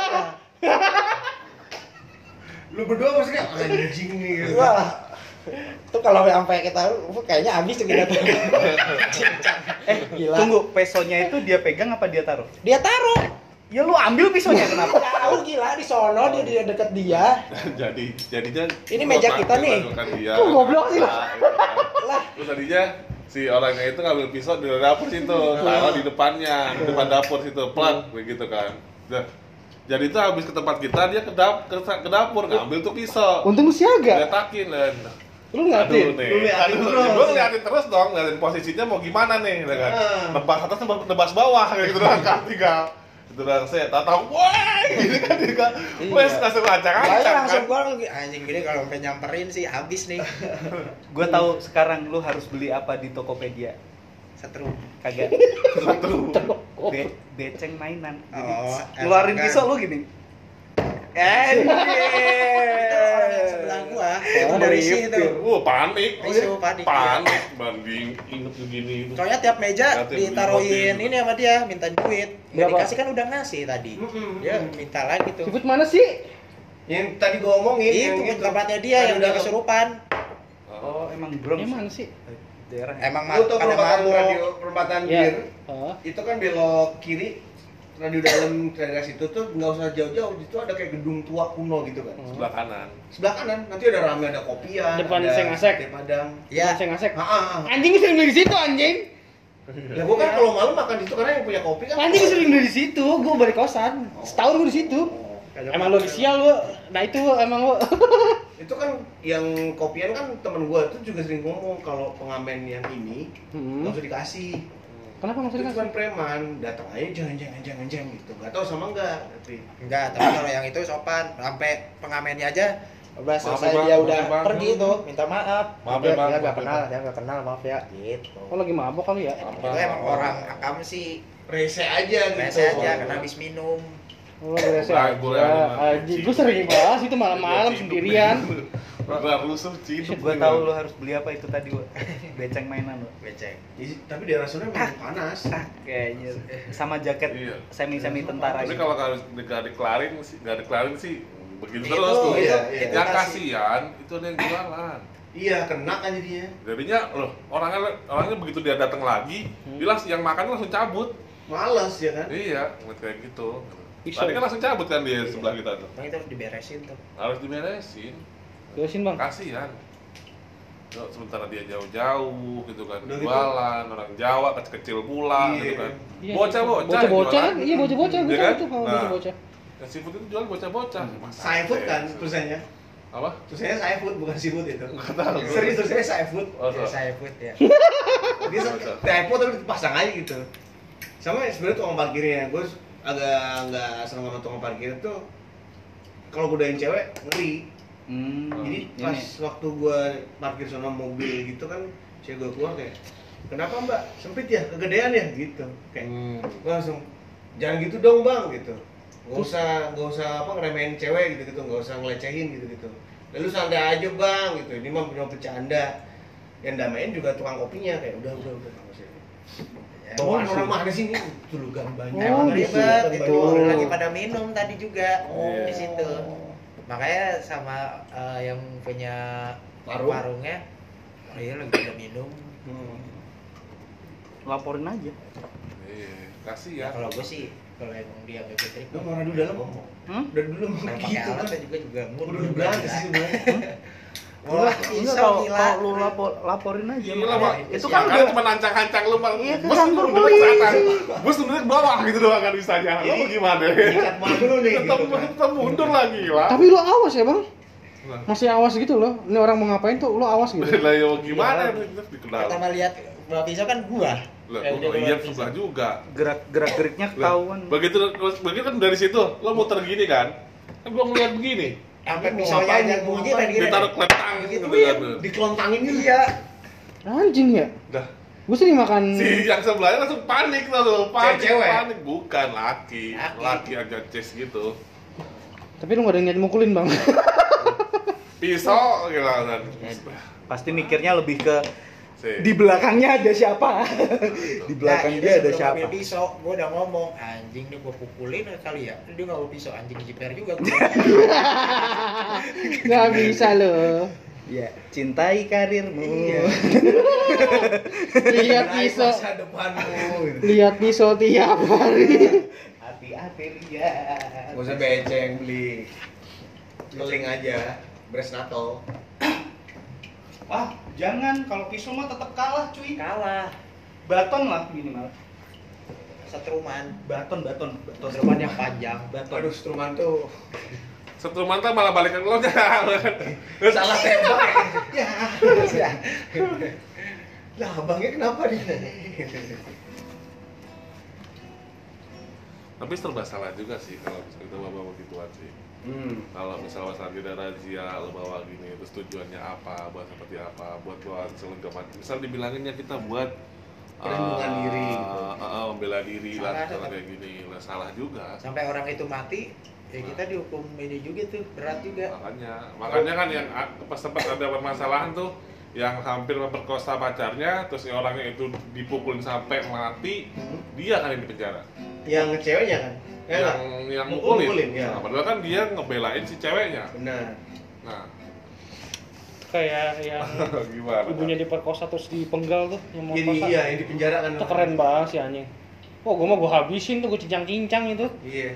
Lu berdua maksudnya anjing nih gitu. Wah. Itu kalau sampai kita kayaknya habis tuh kita tuh. Cincang. Eh, Gila. tunggu, pesonya itu dia pegang apa dia taruh? Dia taruh. Ya lu ambil pisaunya kenapa? Jauh gila di sono dia di dekat dia. Jadi jadinya Ini meja kita nih. Dia. Kok goblok sih? Nah, itu kan. Lah, Terus tadinya si orangnya itu ngambil pisau di dapur situ, taruh di depannya, di depan dapur situ, plak begitu kan. Nah, jadi itu habis ke tempat kita dia ke, dap, ke, ke dapur ngambil tuh pisau. Untung lu siaga. Letakin dan Lu ngeliatin. aduh nih, Lu liatin aduh, terus. gue ngeliatin terus dong, ngeliatin posisinya mau gimana nih, ya kan? Ah. Nebas atas, nebas, nebas bawah, kayak gitu doang kan, tinggal itu doang saya, tak tahu, wah, gitu kan, gitu kan, wes langsung saya acak-acak langsung kan. gua lagi, anjing gini kalau sampai nyamperin sih habis nih. Gue tahu sekarang lu harus beli apa di Tokopedia. Setrum. Kagak. Satu. Be beceng mainan. Jadi, Oh, ngeluarin elangkan. pisau lu gini. Itu orang yang sebelah gua, itu dari sini tuh. Wah panik, Risu, panik. panik, banding inget begini itu. Soalnya tiap meja Tiap ditaruhin beli ini sama dia, minta duit. Nggak Berapa? dikasih kan udah ngasih tadi. Mm-mm. Dia minta lagi tuh. Seafood mana sih? Yang tadi gua omongin yang Itu gitu. tempatnya dia yang udah kesurupan. Oh, emang Bronx. Yang mana sih? Daerah. Emang Lu tau pada perempatan mabuk. radio perempatan Ya. bir Ah. itu kan belok kiri radio dalam daerah situ tuh nggak usah jauh-jauh, itu ada kayak gedung tua kuno gitu kan. Sebelah kanan. Sebelah kanan nanti ada rame, ada kopian, Depan ada Sengasek. sate padang. Iya. Saya ngasek. Ah, ah, ah. Anjing gue sering beli di situ anjing. Ya gua kan kalau malam makan di situ karena yang punya kopi kan. Anjing gue sering beli di situ. Gue balik kosan. Setahun gue di situ. Emang lu sial lu. Nah itu emang lu. Itu kan yang kopian kan temen gua tuh juga sering ngomong kalau pengamen yang ini Hmm. nggak usah dikasih. Kenapa nggak Itu usah cuma dikasih? preman, datang aja jangan jangan jangan jangan gitu. Nggak tahu sama enggak tapi Enggak, tapi kalau yang itu sopan sampai pengamennya aja udah Maaf selesai ya, Bang. dia Maaf udah ya, Bang. pergi tuh minta maaf. Maaf dia, ya, Bang. dia nggak Maaf ya, kenal, Bang. dia nggak kenal maaf ya gitu. Oh lagi mabok kali ya? Apa? Itu emang orang akam sih rese aja gitu. rese aja karena habis minum. Oh lagi rese Nah, gua aja. ada- Anjing gue sering bahas itu malam-malam sendirian. Udah rusuh ciduk. Gue tahu lu harus beli apa itu tadi, Wak. Beceng mainan lu. Becek. Jadi- tapi daerah sana memang panas. Ah, kayaknya sama jaket Iya. semi-semi tentara Tapi gitu. kalau nggak nggak dikelarin sih, nggak dikelarin sih begitu Itu, terus tuh. iya, itu, iya. itu Yang kasih. kasihan itu ada yang jualan. Iya, kena kan jadinya. Jadinya loh orangnya orangnya begitu dia datang lagi, Hmm. dia langsung yang makan langsung cabut. Males ya kan? Iya, ngeliat kayak gitu. Pisau. Tadi kan langsung cabut kan dia sebelah kita tuh. Bang itu harus diberesin tuh. Harus diberesin. Beresin bang. Kasihan. Yo, sementara dia jauh-jauh gitu kan, Udah gitu. jualan orang Jawa kecil-kecil pula Iya. gitu kan. Iya, Bocah-bocah. Bocah-bocah kan? jualan. Iya bocah-bocah. Gue Iya tahu kan? tuh kalau Nah. bocah-bocah. Yang seafood itu jual bocah-bocah. Masa Seafood kan sih? tulisannya. Apa? Tulisannya seafood bukan seafood itu. Enggak tahu. Serius tulisannya seafood. Oh, Ya, so. saya put ya. Dia seafood tapi dipasang aja gitu. Sama sebenarnya tukang parkirnya, gue agak nggak seneng sama tukang parkir tuh. Kalau godain cewek ngeri. Hmm, Jadi ini. pas waktu gue parkir sana mobil gitu kan, cewek gue keluar kayak, kenapa mbak? Sempit ya? Kegedean ya? Gitu. Kayak, Hmm. gue langsung, jangan gitu dong bang gitu. Gak usah, gak usah apa ngeremehin cewek gitu gitu, gak usah ngelecehin gitu gitu. Lalu santai aja bang gitu. Ini mah cuma bercanda. Yang damain juga tukang kopinya kayak udah udah udah nggak usah. Ya, Oh, asik. orang mana sini? Tuh lu gambarnya. Oh, Emang gitu. ribet itu Oh. lagi pada minum tadi juga Oh. di situ. Makanya sama eh, yang punya Warung? warungnya, oh iya lagi pada minum. Hmm. Laporin aja. Iya, kasih ya. Ya kalau gue sih kalau emang dia nggak bisa trik, Lu mau radu dalam ngomong. Hmm? Dari dulu emang kalau pakai gitu alat kan. saya juga juga mundur. Udah bilang sih sebenarnya. Wah, Enggak, pisau kalau gila. kalau lu lapor, laporin aja. Gila, Mak. Pak. Itu Ya, kan karena udah cuma ancang-ancang lu, Pak. Iya, ke Bus kantor udah polisi. ke selatan. Bus sebenarnya ke bawah gitu doang kan bisanya. Lo mau gimana? Ikat dulu nih Tetap gitu kan. tetap mundur lagi lah. Tapi lu awas ya bang, masih awas gitu loh. Ini orang mau ngapain tuh, lu awas gitu. Lah ya gimana dikenal. Pertama lihat bawa pisau kan gua. Lah, Eh, dia oh bawa iya pisau. sebelah juga. gerak-gerak geriknya Lah, ketahuan. begitu begitu kan dari situ lo muter gini kan. Kan gua ngeliat begini. Sampai Mau pisaunya ngapain, aja mau bunyi ngapain? main gini. Ditaruh kelentang gitu Iya. kan. Dikelontangin gitu. Iya. Anjing ya, Dah. gue sering makan. Si yang sebelahnya langsung panik tuh, panik, Cewek? panik. Bukan laki, Laki. laki aja chase gitu. Tapi lu gak ada niat mukulin bang. Pisau gitu kan. Pasti mikirnya lebih ke Si. di belakangnya ada siapa. Di belakang Nah, dia itu ada sebelum siapa. ambil pisau, gua udah ngomong, anjing nih gua pukulin kali ya. Dia nggak bawa pisau, anjing jiper juga. Gak bisa lo. Ya, cintai karirmu. Iya. Lihat Meraih pisau, masa depanmu gitu. lihat pisau tiap hari. Hati-hati dia. Gak usah beceng beli. Keling aja. Bresnato. Wah, jangan, kalau pisau mah tetap kalah, cuy. Kalah. Baton lah minimal. Setruman. Baton, baton, baton. Setruman yang panjang. Baton. Aduh, Struman tuh Satu mantan malah balik ke lo salah tembak ya. Ya. Lah, abangnya kenapa dia? Tapi serba salah juga sih kalau misalnya kita bawa begituan sih. Hmm. Kalau misalnya saat tidak razia lo bawa gini, terus tujuannya apa, buat seperti apa, buat buat selengkap. Misal dibilanginnya kita buat Perlindungan eh, diri gitu. eh, eh, membela diri lah, Salah, misalnya tetap. kayak gini, lah salah juga. Sampai orang itu mati, ya kita dihukum ini juga tuh, berat juga. Makanya, makanya kan yang a- pas sempat ada permasalahan tuh, yang hampir memperkosa pacarnya, terus yang orangnya itu dipukulin sampai mati, Hmm. dia kan yang di penjara. Yang ceweknya kan? Ya yang nggak? yang Mukul- mukulin, mukulin, ya. Nah, padahal kan dia ngebelain si ceweknya. Benar. Nah, Kayak yang gimana? ibunya diperkosa terus dipenggal tuh, yang mau Jadi kosa. iya yang di penjara kan. Itu keren banget sih anjing. Wah, gua mah gua habisin tuh, gua cincang-cincang itu. Iya.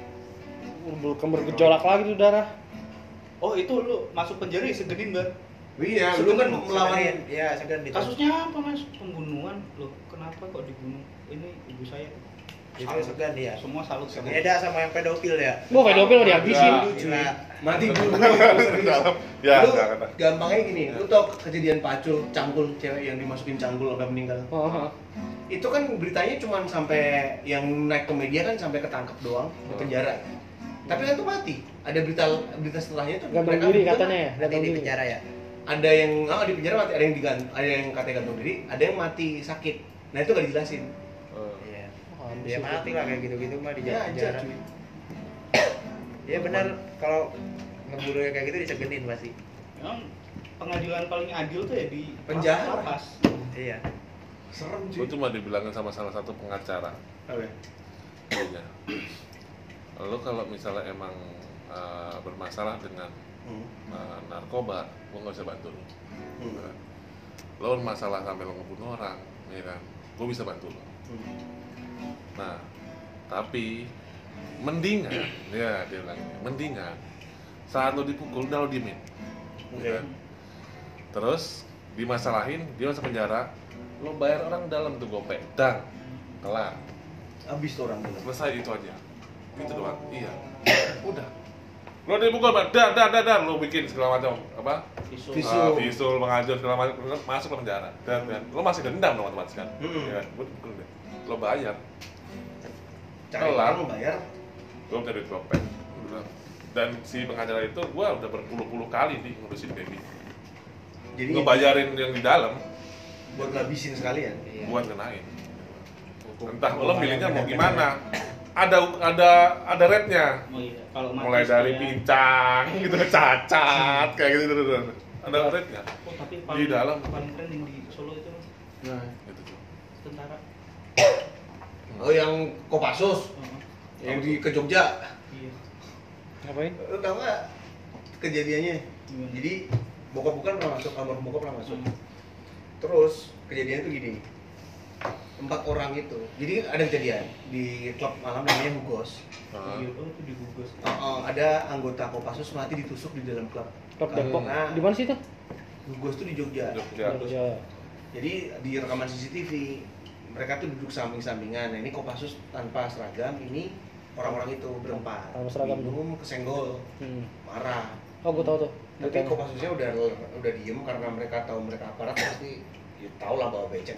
Bukan bergejolak lagi tuh darah. Oh, itu lu masuk penjara ya segenin, Bang. Iya, lu kan melawan Segan, ya segan itu. Kasusnya apa, Mas? Pembunuhan. Loh, kenapa kok dibunuh? Ini ibu saya. Itu segan dia. Semua salut sama. Beda sama yang pedofil ya. Gua pedofil dihabisin. Ya. Gila. mati dulu. Dalam, ya, Lu jangan. gampangnya gini, lu tau kejadian pacul cangkul cewek yang dimasukin cangkul sampai meninggal. Oh, Itu kan beritanya cuma sampai yang naik ke media kan sampai ketangkep doang di penjara. Tapi kan tuh mati. Ada berita berita setelahnya tuh gantung mereka diri bilang, katanya ya, Nanti gantung di diri. penjara ya. Ada yang oh di penjara mati, ada yang digantung, ada yang katanya gantung diri, ada yang mati sakit. Nah itu gak dijelasin. Eh, Iya. Oh, Dia mati lah kayak gitu-gitu mah di Ya aja penjara. cuy. Iya benar kalau ngeburu kayak gitu disegenin pasti. Memang pengadilan paling adil tuh ya di Penjara. lapas. Iya. Serem Gue cuy. cuma dibilangin sama salah satu pengacara. Apa ya? Kayaknya. Lo kalau misalnya emang uh, bermasalah dengan Hmm. uh, narkoba, gue nggak bisa bantu lo. Hmm. Lo bermasalah sampai lo ngebunuh orang, ya kan? Gue bisa bantu lo. Hmm. Nah, tapi mendingan, ya dia bilang ini, mendingan saat lo dipukul, udah lo diemin. Oke. Ya kan? Terus dimasalahin, dia masuk penjara, lo bayar orang dalam tuh gopek, dang, kelar, Abis tuh orang dulu. selesai itu aja, gitu doang. Iya, udah. Lo dipukul, dar, dar, dar, dar, lo bikin segala macam apa? Visu. Visu. Uh, visul, menghajar segala macam, masuk ke penjara. Dan, dan lo masih dendam dong otomatis kan? Mm-mm. Ya kan? Gue dipukul deh. Lo bayar, Cari Kelar. orang bayar. gue minta duit gopek. Gua bilang. Dan si pengacara itu, gue udah berpuluh-puluh kali nih ngurusin kayak gini. Jadi Ngebayarin yang di dalam, buat ngabisin sekalian. Iya. buat kenain. Hukum- Entah lo hukuman pilihnya yang mau beda-beda. gimana. Ada ada ada rate-nya. Oh iya, kalau mati Mulai dari sekalian. pincang gitu, cacat, kayak gitu, gitu, gitu. Ada rate-nya. Oh, tapi Di paling, dalam. paling keren yang di Solo itu, Mas. Nah. Gitu tuh. Tentara. Oh yang Kopassus, Oh, yang di ke Jogja. iya. Ngapain? Lu tau gak kejadiannya? Gimana? Jadi bokap bukan pernah masuk, kamar bokap pernah masuk. Hmm. Terus kejadiannya tuh gini. empat orang itu. Jadi ada kejadian di klub malam namanya Hugos. Ah. Iya, oh, itu di Google. Oh, oh, ada anggota Kopassus mati ditusuk di dalam klub. Klub Depok. Karena Di mana sih itu? Hugos itu di Jogja. Jogja. Jogja. Jadi di rekaman C C T V mereka tuh duduk samping-sampingan. Nah, ini Kopassus tanpa seragam, ini orang-orang itu berempat. Tanpa seragam. Minum, kesenggol, Hmm. marah. Oh, gue tahu tuh. Tapi Kopassusnya udah udah diem karena mereka tahu mereka aparat pasti ya, tahu lah bahwa becek